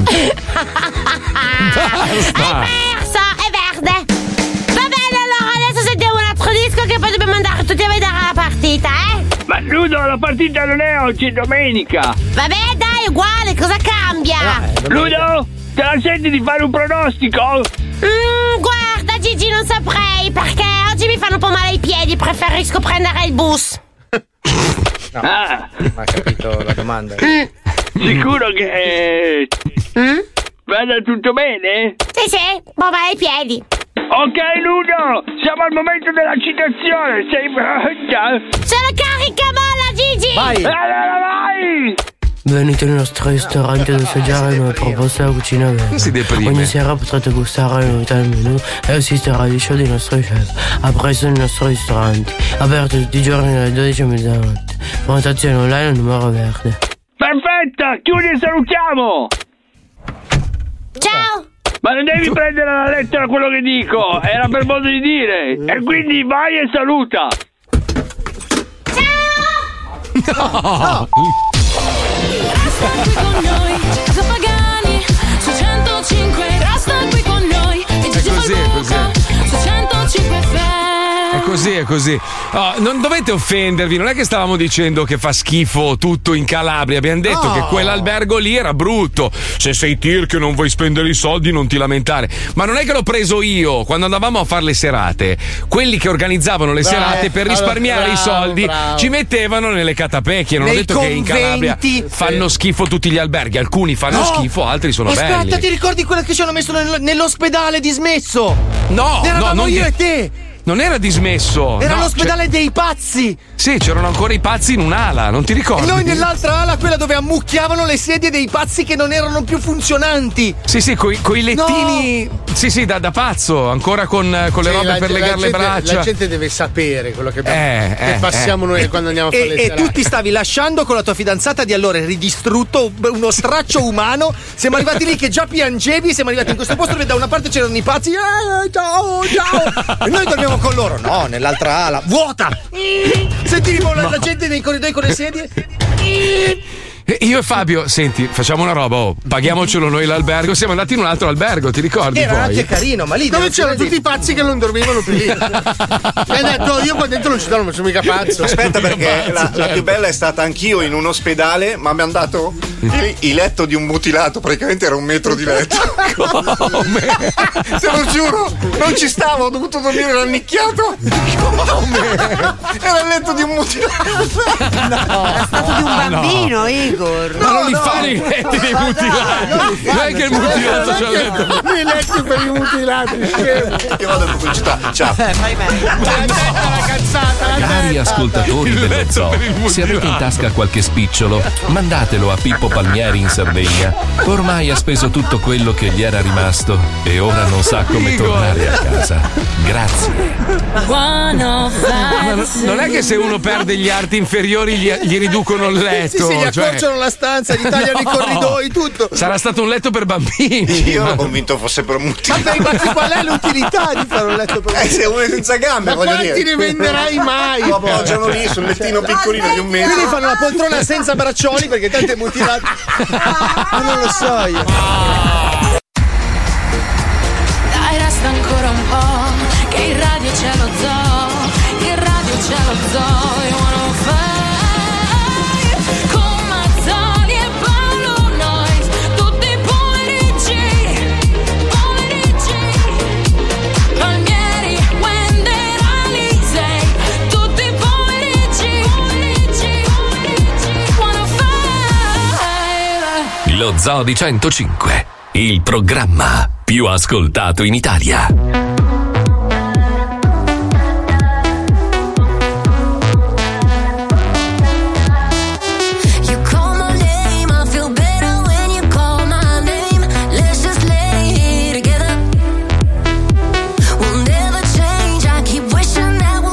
È verde! Va bene, allora adesso sentiamo un altro disco che poi dobbiamo andare tutti a vedere la partita, Ma Ludo, la partita non è oggi, è domenica. Vabbè, dai, uguale, cosa cambia? Ludo, te la senti di fare un pronostico? Guarda, Gigi, non saprei, perché oggi mi fanno un po' male i piedi, preferisco prendere il bus. No, non ha capito la domanda. Sicuro che vada tutto bene? Sì, un po' male ai piedi. Ok, Ludo, siamo al momento della citazione. Sei pronta? Sono carica, molla, Gigi! Vai! Vai! Venite nel nostro ristorante ad assaggiare le nuove proposte della cucina verde. Si deprime. Ogni sera potrete gustare le novità del menù e assistere agli show dei nostri chef. A presto nel nostro ristorante, aperto tutti i giorni dalle 12 a mezzanotte. Prenotazione online al numero verde. Perfetta, chiudi e salutiamo! Ciao! Ma non devi prendere alla lettera quello che dico, era per modo di dire. E quindi vai e saluta. Ciao! Resta qui con noi, Gigi Pagani su 105. Resta qui con noi e Gigi Falbuca su 105 FM. È così. Oh, non dovete offendervi, non è che stavamo dicendo che fa schifo tutto in Calabria, abbiamo detto che quell'albergo lì era brutto. Se sei tir che non vuoi spendere i soldi non ti lamentare. Ma non è che l'ho preso io, quando andavamo a fare le serate, quelli che organizzavano le serate per risparmiare i soldi ci mettevano nelle catapecchie. Non ho detto che in Calabria fanno schifo tutti gli alberghi, alcuni fanno schifo, altri sono belli. Aspetta, ti ricordi quello che ci hanno messo nell'ospedale dismesso? No, eravamo io e te. Non era dismesso. Era l'ospedale dei pazzi. Sì, c'erano ancora i pazzi in un'ala, non ti ricordi? E noi nell'altra ala, quella dove ammucchiavano le sedie dei pazzi che non erano più funzionanti. Sì, coi lettini. No. Sì, da pazzo, ancora con le robe per legare le braccia. La gente deve sapere quello che passiamo noi quando andiamo a fare le serate. E tu ti stavi lasciando con la tua fidanzata di allora, eri distrutto, uno straccio umano. Siamo arrivati lì che già piangevi, siamo arrivati in questo posto dove da una parte c'erano i pazzi. Ciao. E noi dormiamo con loro. No, nell'altra ala, vuota. Sentivo la gente nei corridoi con le sedie. Io e Fabio, senti, facciamo una roba, paghiamocelo noi l'albergo. Siamo andati in un altro albergo, ti ricordi? Era poi? anche carino, ma lì dove c'erano tutti i pazzi che non dormivano più lì. E hai detto, io qua dentro non ci dormo, sono mica pazzo. Aspetta, perché la più bella è stata anch'io in un ospedale, ma mi hanno dato il letto di un mutilato, praticamente era un metro di letto. Come? Te lo giuro, non ci stavo, ho dovuto dormire rannicchiato. Come? Era il letto di un mutilato. No, era stato di un bambino, Igor. Ma non li fanno i letti dei mutilati. Non è che il mutilato c'ha il letto. I letti per i mutilati. Io vado in pubblicità. Ciao. Fai meglio. La cazzata. Cari ascoltatori dello zoo, se avete in tasca qualche spicciolo, mandatelo a Pippo Palmieri in Sardegna. Ormai ha speso tutto quello che gli era rimasto e ora non sa come tornare a casa. Grazie. Ma non è che se uno perde gli arti inferiori gli riducono il letto. Sì, gli accorciano la stanza, gli tagliano i corridoi, tutto. Sarà stato un letto per bambini. Io ero convinto fosse per mutilati. Ma qual è l'utilità di fare un letto per bambini? Se uno è senza gambe, ma quanti ne venderai mai? Appoggiano lì sul lettino piccolino di un metro. Quindi fanno la poltrona senza braccioli perché tanto è mutilato. Ma non lo so io. Dai, resta ancora un po', che in radio c'è lo zoo, che in radio c'è lo zoo. Con Mazzoli e Paolo Noyes, tutti i pomeriggi, Palmieri, Wender, Alisei, tutti i pomeriggi, 105. Lo Zoo di 105, il programma più ascoltato in Italia. We'll never change. I keep wishing that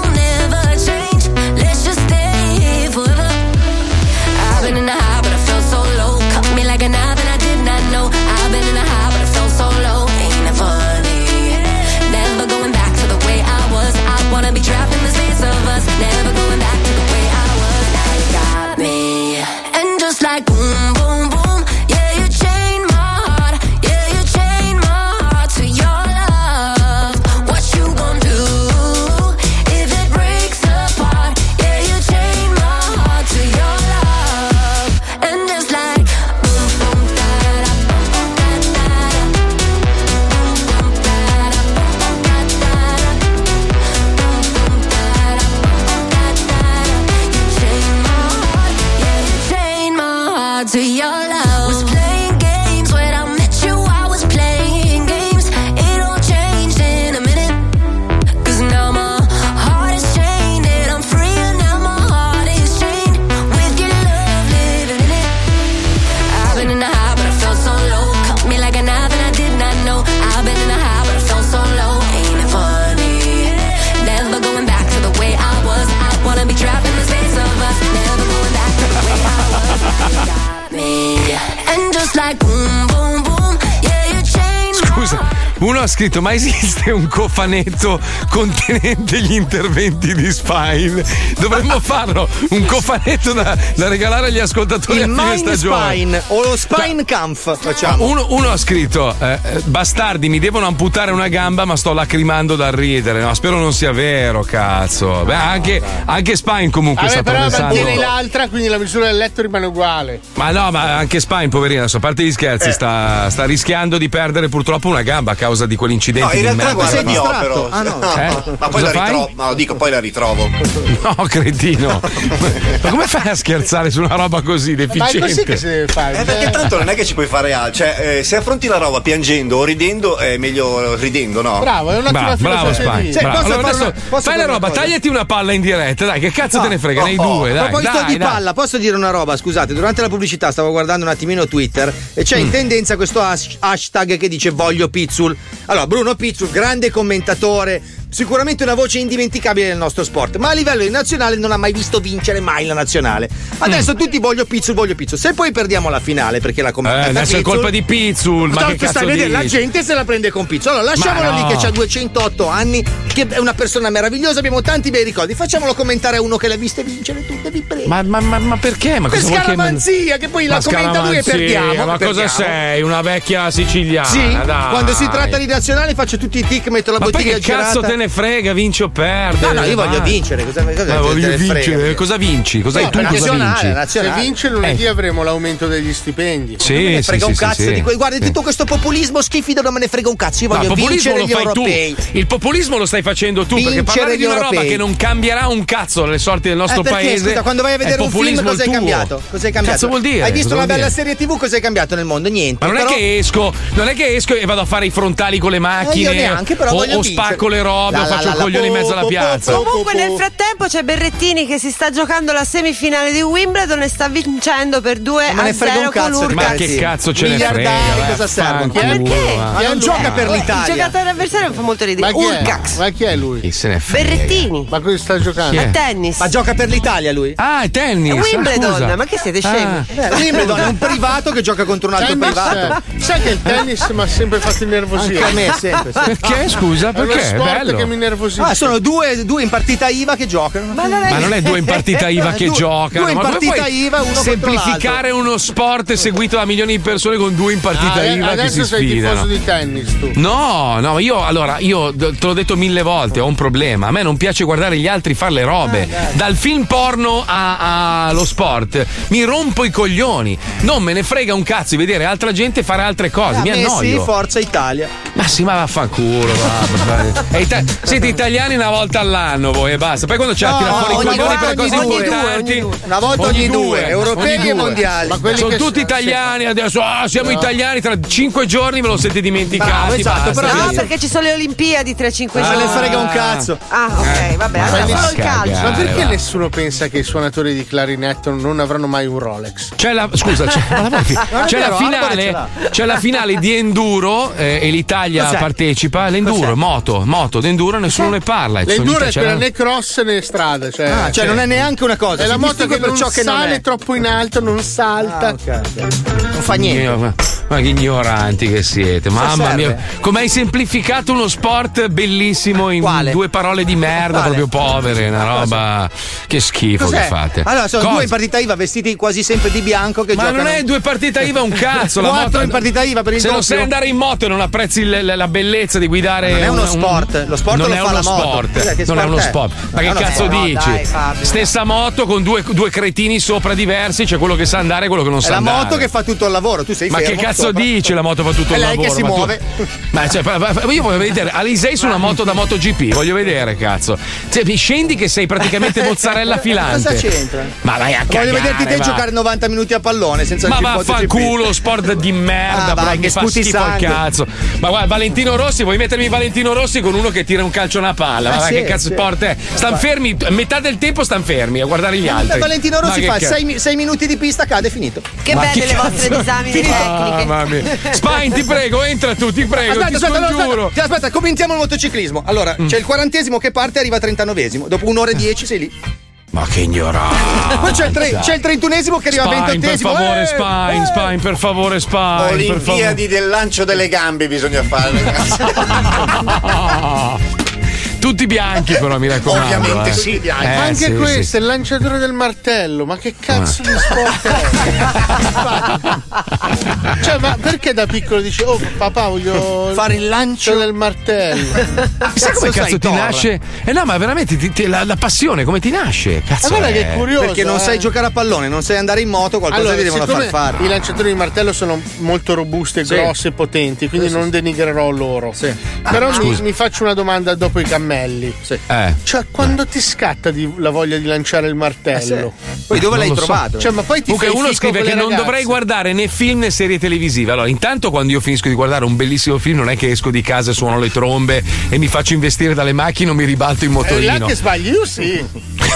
like boom, boom, boom. Yeah, you change my Scusa, uno ha scritto: ma esiste un cofanetto contenente gli interventi di Spine? Dovremmo farlo, un cofanetto da regalare agli ascoltatori il a fine Mind stagione. Spine o lo Spine Kampf facciamo. Uno ha scritto: bastardi, mi devono amputare una gamba, ma sto lacrimando dal ridere. No, spero non sia vero, cazzo. Beh, anche Spine comunque sta però attraversando. mantieni l'altra, quindi la misura del letto rimane uguale. Ma no, ma anche Spine, poverino, adesso, a parte gli scherzi, sta rischiando di perdere purtroppo una gamba a causa di quell'incidente. No, in di realtà merda. guarda, Sei mi distratto? opero. Ah, no. Ma poi Cosa la fai? ritrovo. No, dico, poi la ritrovo. No, cretino. Ma come fai a scherzare su una roba così Ma deficiente? è così che si deve fare. Perché tanto non è che ci puoi fare altro. Cioè, se affronti la roba piangendo o ridendo, è meglio ridendo, no? Bravo, è un'ottima Bravo filosofia. Spine. Bravo. Allora adesso fai la roba, tagliati una palla in diretta, dai, che cazzo te ne frega, nei due, A dai. proposito dai, di dai. palla, posso dire una roba? Scusate, durante la pubblicità stavo guardando un attimino Twitter e c'è in tendenza questo hashtag che dice voglio Pizzul. Allora, Bruno Pizzul, grande commentatore, sicuramente una voce indimenticabile del nostro sport, ma a livello di nazionale non ha mai visto vincere mai la nazionale. Adesso tutti voglio Pizzul. Se poi perdiamo la finale perché la commentata Adesso è colpa di Pizzul, ma che cazzo stai a vedere, dici? la gente se la prende con Pizzul. Allora lasciamolo Ma lì no. che c'ha 208 anni, che è una persona meravigliosa, abbiamo tanti bei ricordi. Facciamolo commentare a uno che l'ha viste vincere tutte, vi prego. Ma perché? Ma Per cosa vuoi che- scaramanzia, che poi la Ma commenta lui e scaramanzia, perdiamo. Ma cosa perdiamo. sei? Una vecchia siciliana? Sì, dai. quando si tratta di nazionale faccio tutti i tic, metto la Ma poi bottiglia che girata. cazzo te ne frega, vinci o perdi? No, io voglio vincere. Cosa voglio te ne frega? vincere. Cosa vinci? Cosa hai tu? Cosa vinci? Se vince lunedì avremo l'aumento degli stipendi. Sì, Non me ne frega sì, un sì, cazzo sì. di guarda tutto questo populismo schifido, non me ne frega un cazzo. Io No, il voglio populismo vincere lo gli fai europei. tu. Il populismo lo stai facendo tu, perché Vincere parlare gli di una roba europei. che non cambierà un cazzo le sorti del nostro Perché, paese. scusa, quando vai a vedere è un film populismo cos'è il tuo. cambiato? Cos'è cambiato? Cazzo vuol dire? Hai visto Cosa una vuol bella dire? serie TV, cos'è cambiato nel mondo? Niente. Ma non Però- è che esco e vado a fare i frontali con le macchine io neanche, però voglio o vincere. spacco le robe o faccio il coglione in mezzo alla piazza. Comunque nel frattempo c'è Berrettini che si sta giocando la semifinale di Wimbledon e sta vincendo per 2-0 con l'Urca. Ma che cazzo ce ne frega? Miliardari cosa servono? Ma perché? Ma non gioca per Il l'Italia. giocatore avversario mi fa molto ridere. Urcax. Ma chi è lui? Chi se ne frega? Berrettini. Ma cosa sta giocando? A tennis. Ma gioca per l'Italia lui? Ah, è tennis. È Wimbledon, scusa. ma che siete scemi? Wimbledon è un privato che gioca contro un altro Tennis, privato. sai che il tennis mi ha sempre fatto innervosire. Anche a me sempre. Perché? Scusa, È uno perché? È sport bello. che mi innervosisce. Sono due in partita IVA che giocano. Ma non Ma non è due in partita IVA che giocano. Due in Ma come partita puoi IVA, uno semplificare uno sport seguito da milioni di persone con due in partita IVA che si adesso sei tifoso sfidano? di tennis tu. No, io te l'ho detto 1000 volte, ho un problema. A me non piace guardare gli altri fare le robe. Dal film porno allo sport mi rompo i coglioni. Non me ne frega un cazzo di vedere altra gente fare altre cose. Mi annoio. Sì, Forza Italia. Ma sì, ma vaffanculo. Siete italiani una volta all'anno voi e basta. Poi quando tirati fuori i coglioni per le cose importanti. Una volta ogni due, europei ogni e due. mondiali. Ma quelli Sono che tutti italiani adesso. Siamo italiani, tra 5 giorni ve lo siete dimenticati. Bravo, esatto, basta. però No, perché ci sono le Olimpiadi tra 5 Ma giorni. ne frega un cazzo. Ah, ok, vabbè, allora solo il calcio. Ma perché va. nessuno pensa che i suonatori di clarinetto non avranno mai un Rolex? C'è la finale di enduro e l'Italia Cos'è? partecipa. L'enduro, moto d'enduro, nessuno ne parla. L'enduro è C'è quella la- né cross né strada. Cioè, non è neanche una cosa. È la si moto distingue che per non ciò che non sale è. troppo in alto, non salta. Non fa niente. Ma che ignoranti che siete, mamma serve? mia, come hai semplificato uno sport bellissimo in Quale? due parole di merda, Quale? proprio povere, una roba. Che schifo Cos'è? che fate. Allora, sono Cosa? due in partita IVA vestiti quasi sempre di bianco che Ma giocano. non è due partite IVA un cazzo. La Quattro moto... in partita IVA per il Se non doppio. sai andare in moto e non apprezzi la bellezza di guidare. Non è uno sport. Lo sport non lo è fa uno la moto. sport. Cos'è, che Non è sport uno è? sport. Ma Non che è uno cazzo sport. No, dici? dai, Fabio. Stessa moto con due cretini sopra diversi, c'è quello che sa andare e quello che non È sa la andare. moto che fa tutto il lavoro, tu sei Ma fermo che cazzo sopra. dici? La moto fa tutto È il lei lavoro. che si ma tu- muove. Ma cioè, io voglio vedere Alisei su una moto da MotoGP, voglio vedere, cazzo. Cioè, mi scendi che sei praticamente mozzarella filante. Cosa c'entra? Ma vai a cagare. Voglio vederti te va. giocare 90 minuti a pallone senza Ma il MotoGP. vaffanculo, sport di merda, Ah, vai, proprio, che mi fa sputi schifo al sangue. cazzo. Ma guarda, Valentino Rossi, vuoi mettermi Valentino Rossi con uno che tira un calcio a una palla? Ma sì, che cazzo sì. sport è? Stan fermi, metà del tempo stan fermi a guardare gli altri. Valentino Ma Rossi che fa cazzo? 6 minuti di pista, cade, finito. Che Ma belle che le vostre cazzo? disamine Finito. tecniche. Mamma mia. Spine, ti prego, entra tu, ti prego, ti scongiuro. Aspetta, cominciamo il motociclismo. Allora, c'è il 40esimo che parte e arriva al 39esimo. Dopo 1 ora e 10 sei lì. Ma che ignoranza. Poi c'è il 31esimo che arriva al 28esimo. Per favore, Spine, per favore, Spine. Olimpiadi del lancio delle gambe bisogna fare, ragazzi. Tutti bianchi, però, mi raccomando. Ovviamente sì, bianchi. Anche sì, questo, sì. il lanciatore del martello. Ma che cazzo di sport è? Cioè, ma perché da piccolo dici, oh papà, voglio fare il lancio del martello? Sai come cazzo ti nasce? No, ma veramente la passione, come ti nasce? Cazzo. Ma guarda che è curioso. Perché non sai giocare a pallone, non sai andare in moto, qualcosa ti devono far fare. I lanciatori di martello sono molto robusti e grossi e potenti, quindi non denigrerò loro. Però mi faccio una domanda dopo i cammelli. Cioè, quando ti scatta la voglia di lanciare il martello? Poi dove l'hai Non lo so. trovato? Cioè, ma poi ti Comunque fai uno fico scrive con che le non ragazze. dovrei guardare né film né serie televisive. Allora, intanto quando io finisco di guardare un bellissimo film non è che esco di casa e suono le trombe e mi faccio investire dalle macchine o mi ribalto in motorino. Là che sbagli, io sì.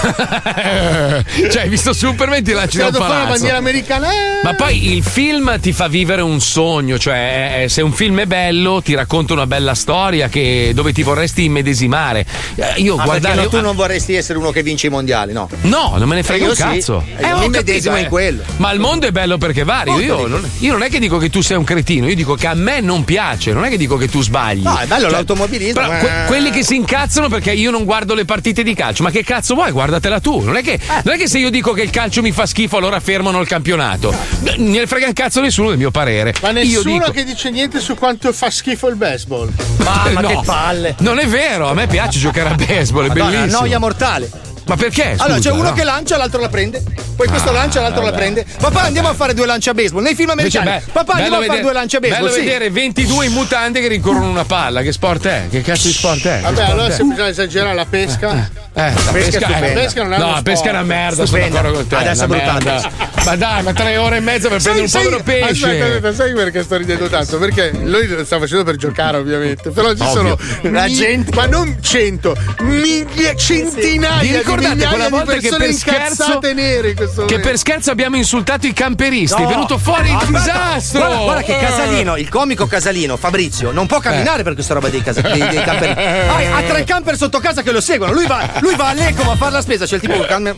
Cioè, hai visto Superman, ti lanci da un Vado a fare la palazzo. bandiera americana. Ma poi il film ti fa vivere un sogno, cioè se un film è bello ti racconta una bella storia dove ti vorresti immedesimare. Io guardare perché tu non vorresti essere uno che vince i mondiali, no? No, non me ne frega io un cazzo. Sì. Io mi medesimo in quello. Ma il mondo è bello perché è vario. Io non è che dico che tu sei un cretino, io dico che a me non piace, non è che dico che tu sbagli. No, è bello l'automobilismo. Però quelli che si incazzano perché io non guardo le partite di calcio, ma che cazzo vuoi? Guardatela tu. Non è che se io dico che il calcio mi fa schifo allora fermano il campionato. Non ne frega un cazzo nessuno del mio parere. Ma nessuno io dico, che dice niente su quanto fa schifo il baseball. Mamma, no, che palle. Non è vero, a me piace giocare a baseball, è Madonna, bellissimo. noia mortale. Ma perché? Scusa, Allora c'è uno no? che lancia, l'altro la prende. Poi questo lancia, l'altro la prende. Papà, andiamo a fare 2 lanci a baseball. Nei film americani. Papà, andiamo a fare 2 lanci a baseball. Bello Sì. vedere 22 in mutande che rincorrono una palla. Che sport è? Che cazzo di sport è? Vabbè, allora se bisogna esagerare la pesca. La pesca non è no, uno la pesca è una sport. merda, sono d'accordo con te. Adesso è una brutta merda. Ma dai, ma 3 ore e mezza per prendere un povero pesce. Aspetta, sai perché sto ridendo tanto? Perché lui lo sta facendo per giocare, ovviamente. Però ci sono la gente, ma non 100, centinaia Vi ricordate di quella migliaia di volta che persone per scherzo incazzate nere in questo che momento. per scherzo abbiamo insultato i camperisti? È venuto fuori il disastro. Guarda che Casalino, il comico Casalino, Fabrizio, non può camminare per questa roba dei camperisti. Ha 3 camper sotto casa che lo seguono. Lui va all'Ecom a fare la spesa, c'è il tipo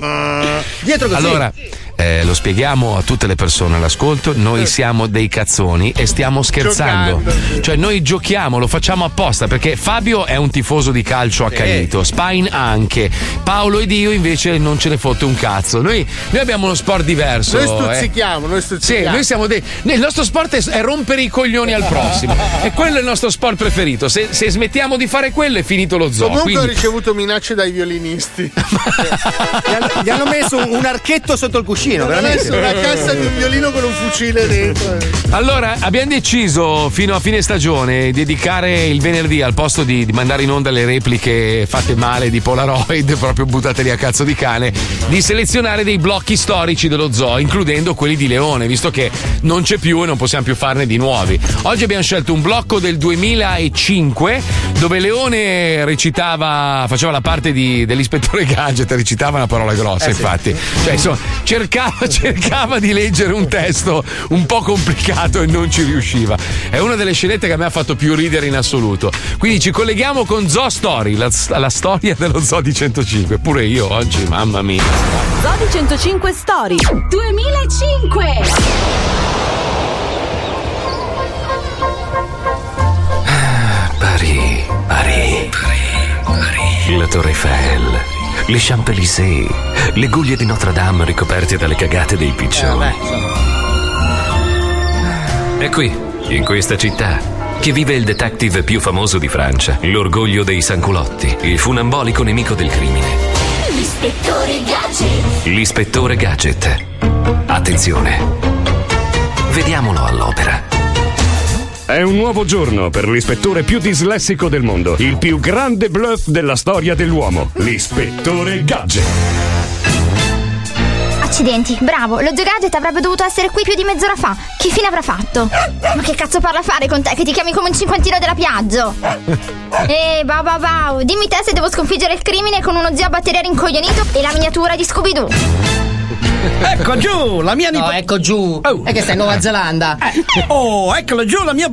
dietro così. Allora, lo spieghiamo a tutte le persone all'ascolto, noi siamo dei cazzoni e stiamo scherzando. Cioè noi giochiamo, lo facciamo apposta perché Fabio è un tifoso di calcio accanito, Spine anche, Paolo ed io invece non ce ne fotte un cazzo. Noi abbiamo uno sport diverso. Noi stuzzichiamo. Sì, noi siamo il nostro sport è rompere i coglioni al prossimo. E quello è il nostro sport preferito. Se smettiamo di fare quello è finito lo zoo. Comunque quindi... ho ricevuto minacce dai violinisti. Gli hanno messo un archetto sotto il cuscino, veramente. Adesso una cassa di un violino con un fucile dentro. Allora, abbiamo deciso fino a fine stagione di dedicare il venerdì, al posto di mandare in onda le repliche fatte male di Polaroid, proprio buttate lì a cazzo di cane, di selezionare dei blocchi storici dello zoo, includendo quelli di Leone, visto che non c'è più e non possiamo più farne di nuovi. Oggi abbiamo scelto un blocco del 2005 dove Leone faceva la parte dell'ispettore Gadget, recitava una parola grossa, infatti. Cioè, insomma, cercava di leggere un testo un po' complicato e non ci riusciva. È una delle scenette che a me ha fatto più ridere in assoluto. Quindi ci colleghiamo con Zoo Story, la storia dello Zoo di 105. Pure io oggi, mamma mia. Zoo di 105 Story 2005. Paris. La Torre Eiffel, le Champs-Élysées, le guglie di Notre Dame ricoperte dalle cagate dei piccioni. È qui, in questa città, che vive il detective più famoso di Francia, l'orgoglio dei sanculotti, il funambolico nemico del crimine. L'ispettore Gadget. L'ispettore Gadget. Attenzione. Vediamolo all'opera. È un nuovo giorno per l'ispettore più dislessico del mondo, il più grande bluff della storia dell'uomo, l'ispettore Gadget. Accidenti, bravo, lo Zio Gadget avrebbe dovuto essere qui più di mezz'ora fa. Che fine avrà fatto? Ma che cazzo parla a fare con te che ti chiami come un cinquantino della Piaggio? Bau, dimmi te se devo sconfiggere il crimine con uno zio a batteria rincoglionito e la miniatura di Scooby-Doo. Ecco giù, la mia nipotina. No, ecco giù. Oh. È che stai in Nuova Zelanda. Oh, eccola giù, la mia.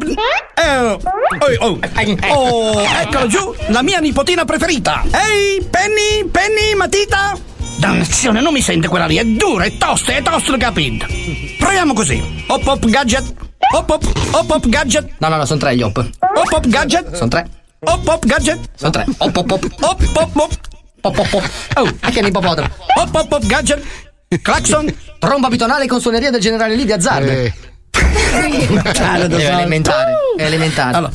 Eccola giù, la mia nipotina preferita. Ehi, Penny, matita. Dannazione, non mi sente quella lì, è dura, è tosta, capito? Proviamo così. Hop gadget. Hop gadget. No, sono 3 gli hop. Hop gadget. Sono 3. Hop gadget. Sono 3. Hop. Oh, anche l'ippopotamo. Hop gadget. Claxon. Tromba bitonale con suoneria del generale Lì di azzardo. È elementare. Allora.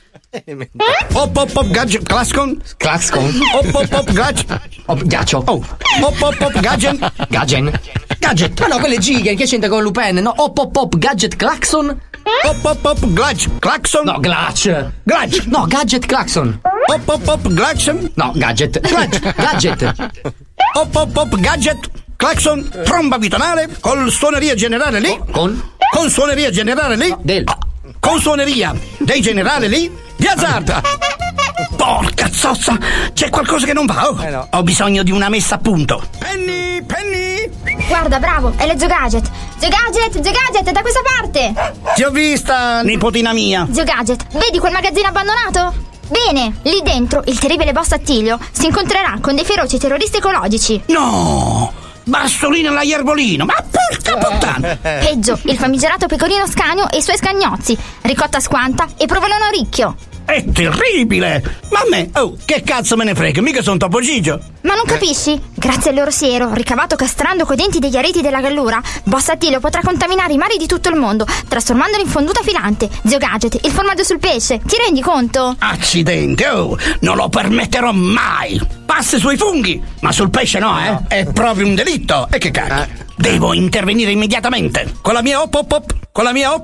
Hop gadget. Claxon. Hop gadget. Ghiaccio. Oh. Hop gadget. Ma no, quelle Gigan, che c'entra con Lupin? No, hop gadget claxon. Hop claxon. No, glitch. No, gadget claxon. Hop claxon. No, gadget. Gadget. Hop gadget. Claxon. Tromba bitonale con suoneria generale lì. Con suoneria generale lì. Con suoneria dei generali lì di azzardo. Porca zozza, c'è qualcosa che non va. No. Ho bisogno di una messa a punto. Penny. Guarda, bravo, è le Zio Gadget, è da questa parte. Ti ho vista, nipotina mia. Zio Gadget, vedi quel magazzino abbandonato? Bene, lì dentro il terribile boss Attilio si incontrerà con dei feroci terroristi ecologici. No, Bassolino all'aierbolino, ma porca puttana. Peggio, il famigerato pecorino Scanio e i suoi scagnozzi, ricotta squanta e provolone ricchio. È terribile! Ma a me, che cazzo me ne frega, mica sono Topo Gigio! Ma non capisci? Grazie al loro siero, ricavato castrando coi denti degli areti della gallura, Boss Attilio potrà contaminare i mari di tutto il mondo, trasformandoli in fonduta filante. Zio Gadget, il formaggio sul pesce, ti rendi conto? Accidente, non lo permetterò mai! Passi sui funghi, ma sul pesce no, eh? È proprio un delitto! E che cacchio! Devo intervenire immediatamente! Con la mia con la mia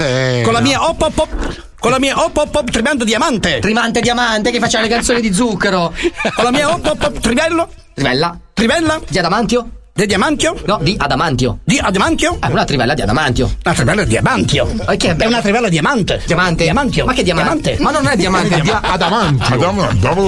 trimando diamante! Trimante diamante che faccia le canzoni di Zucchero! Con la mia trivello! Trivella! Di adamantio? Di diamantio? No, di adamantio. Di adamantio? È una trivella di adamantio. Una trivella di diamantio. È una trivella diamante. Diamantio. Ma che diamante? Ma non è diamante, è adamantio.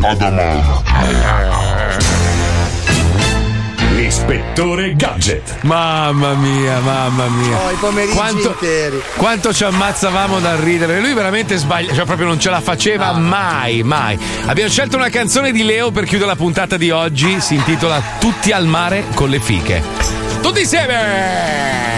L'ispettore Gadget. Mamma mia. I pomeriggi interi. Quanto ci ammazzavamo dal ridere. Lui veramente sbaglia, cioè proprio non ce la faceva mai. Abbiamo scelto una canzone di Leo per chiudere la puntata di oggi. Si intitola Tutti al mare con le fiche. Tutti insieme!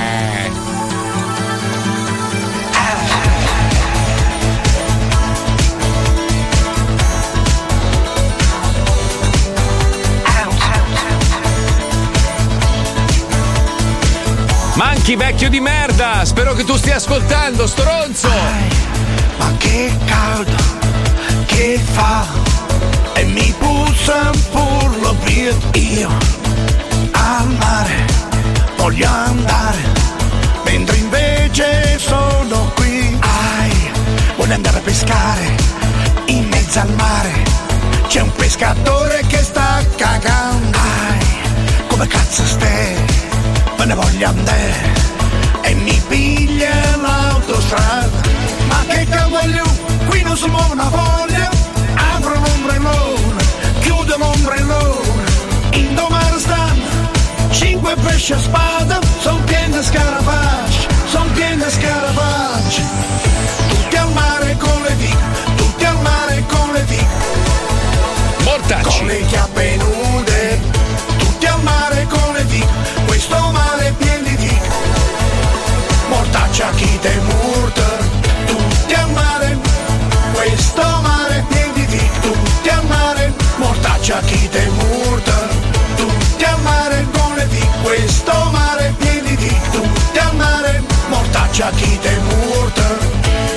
Manchi vecchio di merda, spero che tu stia ascoltando, stronzo. Ma che caldo che fa e mi puzza pur lo prieto. Io al mare voglio andare, mentre invece sono qui. Voglio andare a pescare in mezzo al mare, c'è un pescatore che sta cagando. Come cazzo stai? Me ne voglio andare e mi piglia l'autostrada. Ma che cavolo, qui non si muove una foglia. Apro l'ombrellone, chiudo l'ombrellone. In domani stanno 5 pesci a spada, son pieni di scarafaggi, Tutti al mare con le fiche, Mortacci. con le chiappe nude. Tutti al mare con le fiche, questo mare è pieno di fiche. Mortaccia chi te murta, tutti al mare, questo mare è pieno di fiche. Tutti al mare, mortaccia chi te murta, tutti al mare con le fiche, questo mare è pieno di fiche. Tutti al mare, mortaccia chi te murta.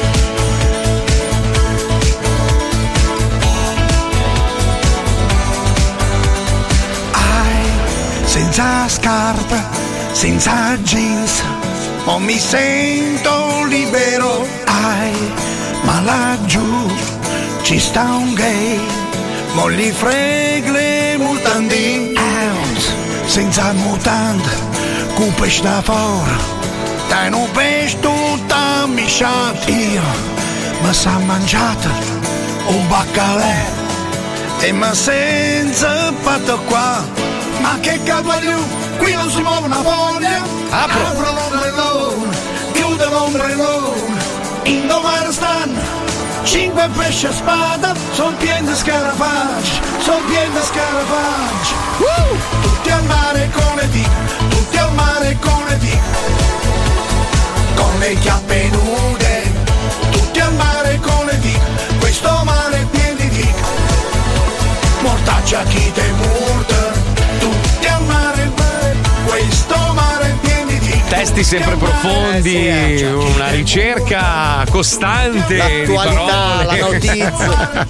Senza scarpe, senza jeans, non mi sento libero. Ma laggiù ci sta un gay, mo gli frega le mutandine. Senza mutande, cu pesce da fuori, dai un pesce tutta misciata. Io mi sa mangiata un baccalè e ma senza fatto qua. Ma che cavolo, qui non si muove una foglia. Apro l'ombrellone, chiudo l'ombrellone. In domani stanno 5 pesci a spada, son pieni di scarafaggi, Tutti tutti al mare con le tic, tutti al mare con le tic, con le chiappe nude, tutti al mare con le tic, questo mare è pieno di tic, mortaccia chi te murder, tutti al mare, questo mare è pieno di tic. Testi sempre profondi, una ricerca costante l'attualità, di parole. la notizia.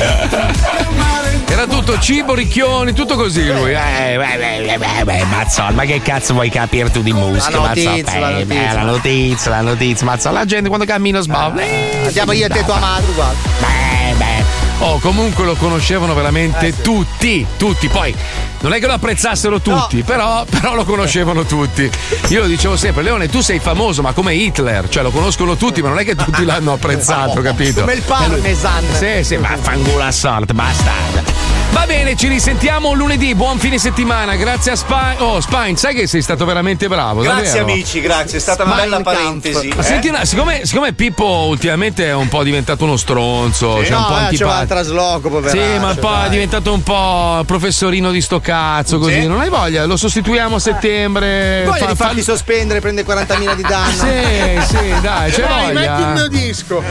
Era tutto cibo, ricchioni, tutto così lui. Mazzol, ma che cazzo vuoi capire tu di musica? La notizia. La notizia, Mazzol. La gente quando cammina sbaglia. Andiamo io e te tua madre, guarda. Oh, comunque lo conoscevano veramente tutti. Poi non è che lo apprezzassero tutti, però lo conoscevano tutti. Io lo dicevo sempre, Leone, tu sei famoso, ma come Hitler, cioè lo conoscono tutti, ma non è che tutti l'hanno apprezzato, capito? Come il parmesan. Sì, ma fanculo a sorte, basta. Va bene, ci risentiamo lunedì, buon fine settimana, grazie a Spine. Oh, Spine, sai che sei stato veramente bravo, Grazie davvero? amici, grazie, è stata una bella parentesi. Senti, siccome Pippo ultimamente è un po' diventato uno stronzo, Sì, cioè un po' c'è un antipatico. trasloco, poveraccio. Sì, ma poi è diventato un po' professorino di sto cazzo, così. Sì. Non hai voglia? Lo sostituiamo a settembre. Voglia di farli sospendere, prende 40.000 di danno. Sì, dai, c'è Dai, voglia. metti il mio disco.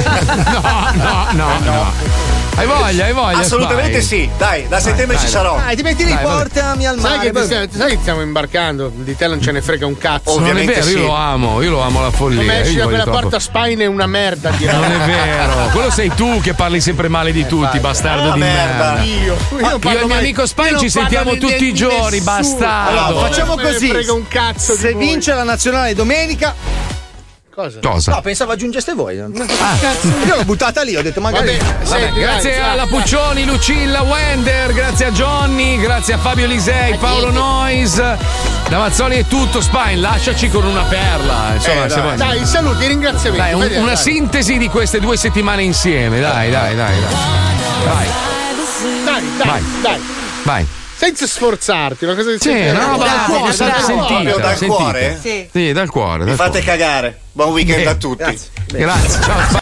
No. Hai voglia? Assolutamente Spine? sì, dai, da settembre ci sarò. Dai, ti metti lì, Dai, vabbè. portami al Sai mare. che stiamo imbarcando? Di te non ce ne frega un cazzo. Non è vero, io lo amo la follia. Come esci io da voglio quella troppo. porta Spine è una merda. Non è vero, quello sei tu che parli sempre male di tutti, bastardo di merda. Io Io e il mio amico Spine ci sentiamo tutti i giorni, bastardo. Allora, facciamo Non me ne così. frega un cazzo di Se voi. vince la nazionale domenica. Cosa? No, pensavo aggiungeste voi. Io l'ho buttata lì, ho detto magari. Vabbè, grazie alla Puccioni, Lucilla, Wender, grazie a Johnny, grazie a Fabio Lisei, Paolo Nois. Da Mazzoli è tutto, Spine, lasciaci con una perla. Insomma, se vuoi. Dai, saluti, ringraziamenti. Dai, Vediamo, una dai. sintesi di queste 2 settimane insieme, dai. Vai. Senza sforzarti, una cosa di Sì, no, va, Dal sentite. cuore? Sì, dal cuore. Mi fate cagare. Buon weekend a tutti. Grazie, ciao.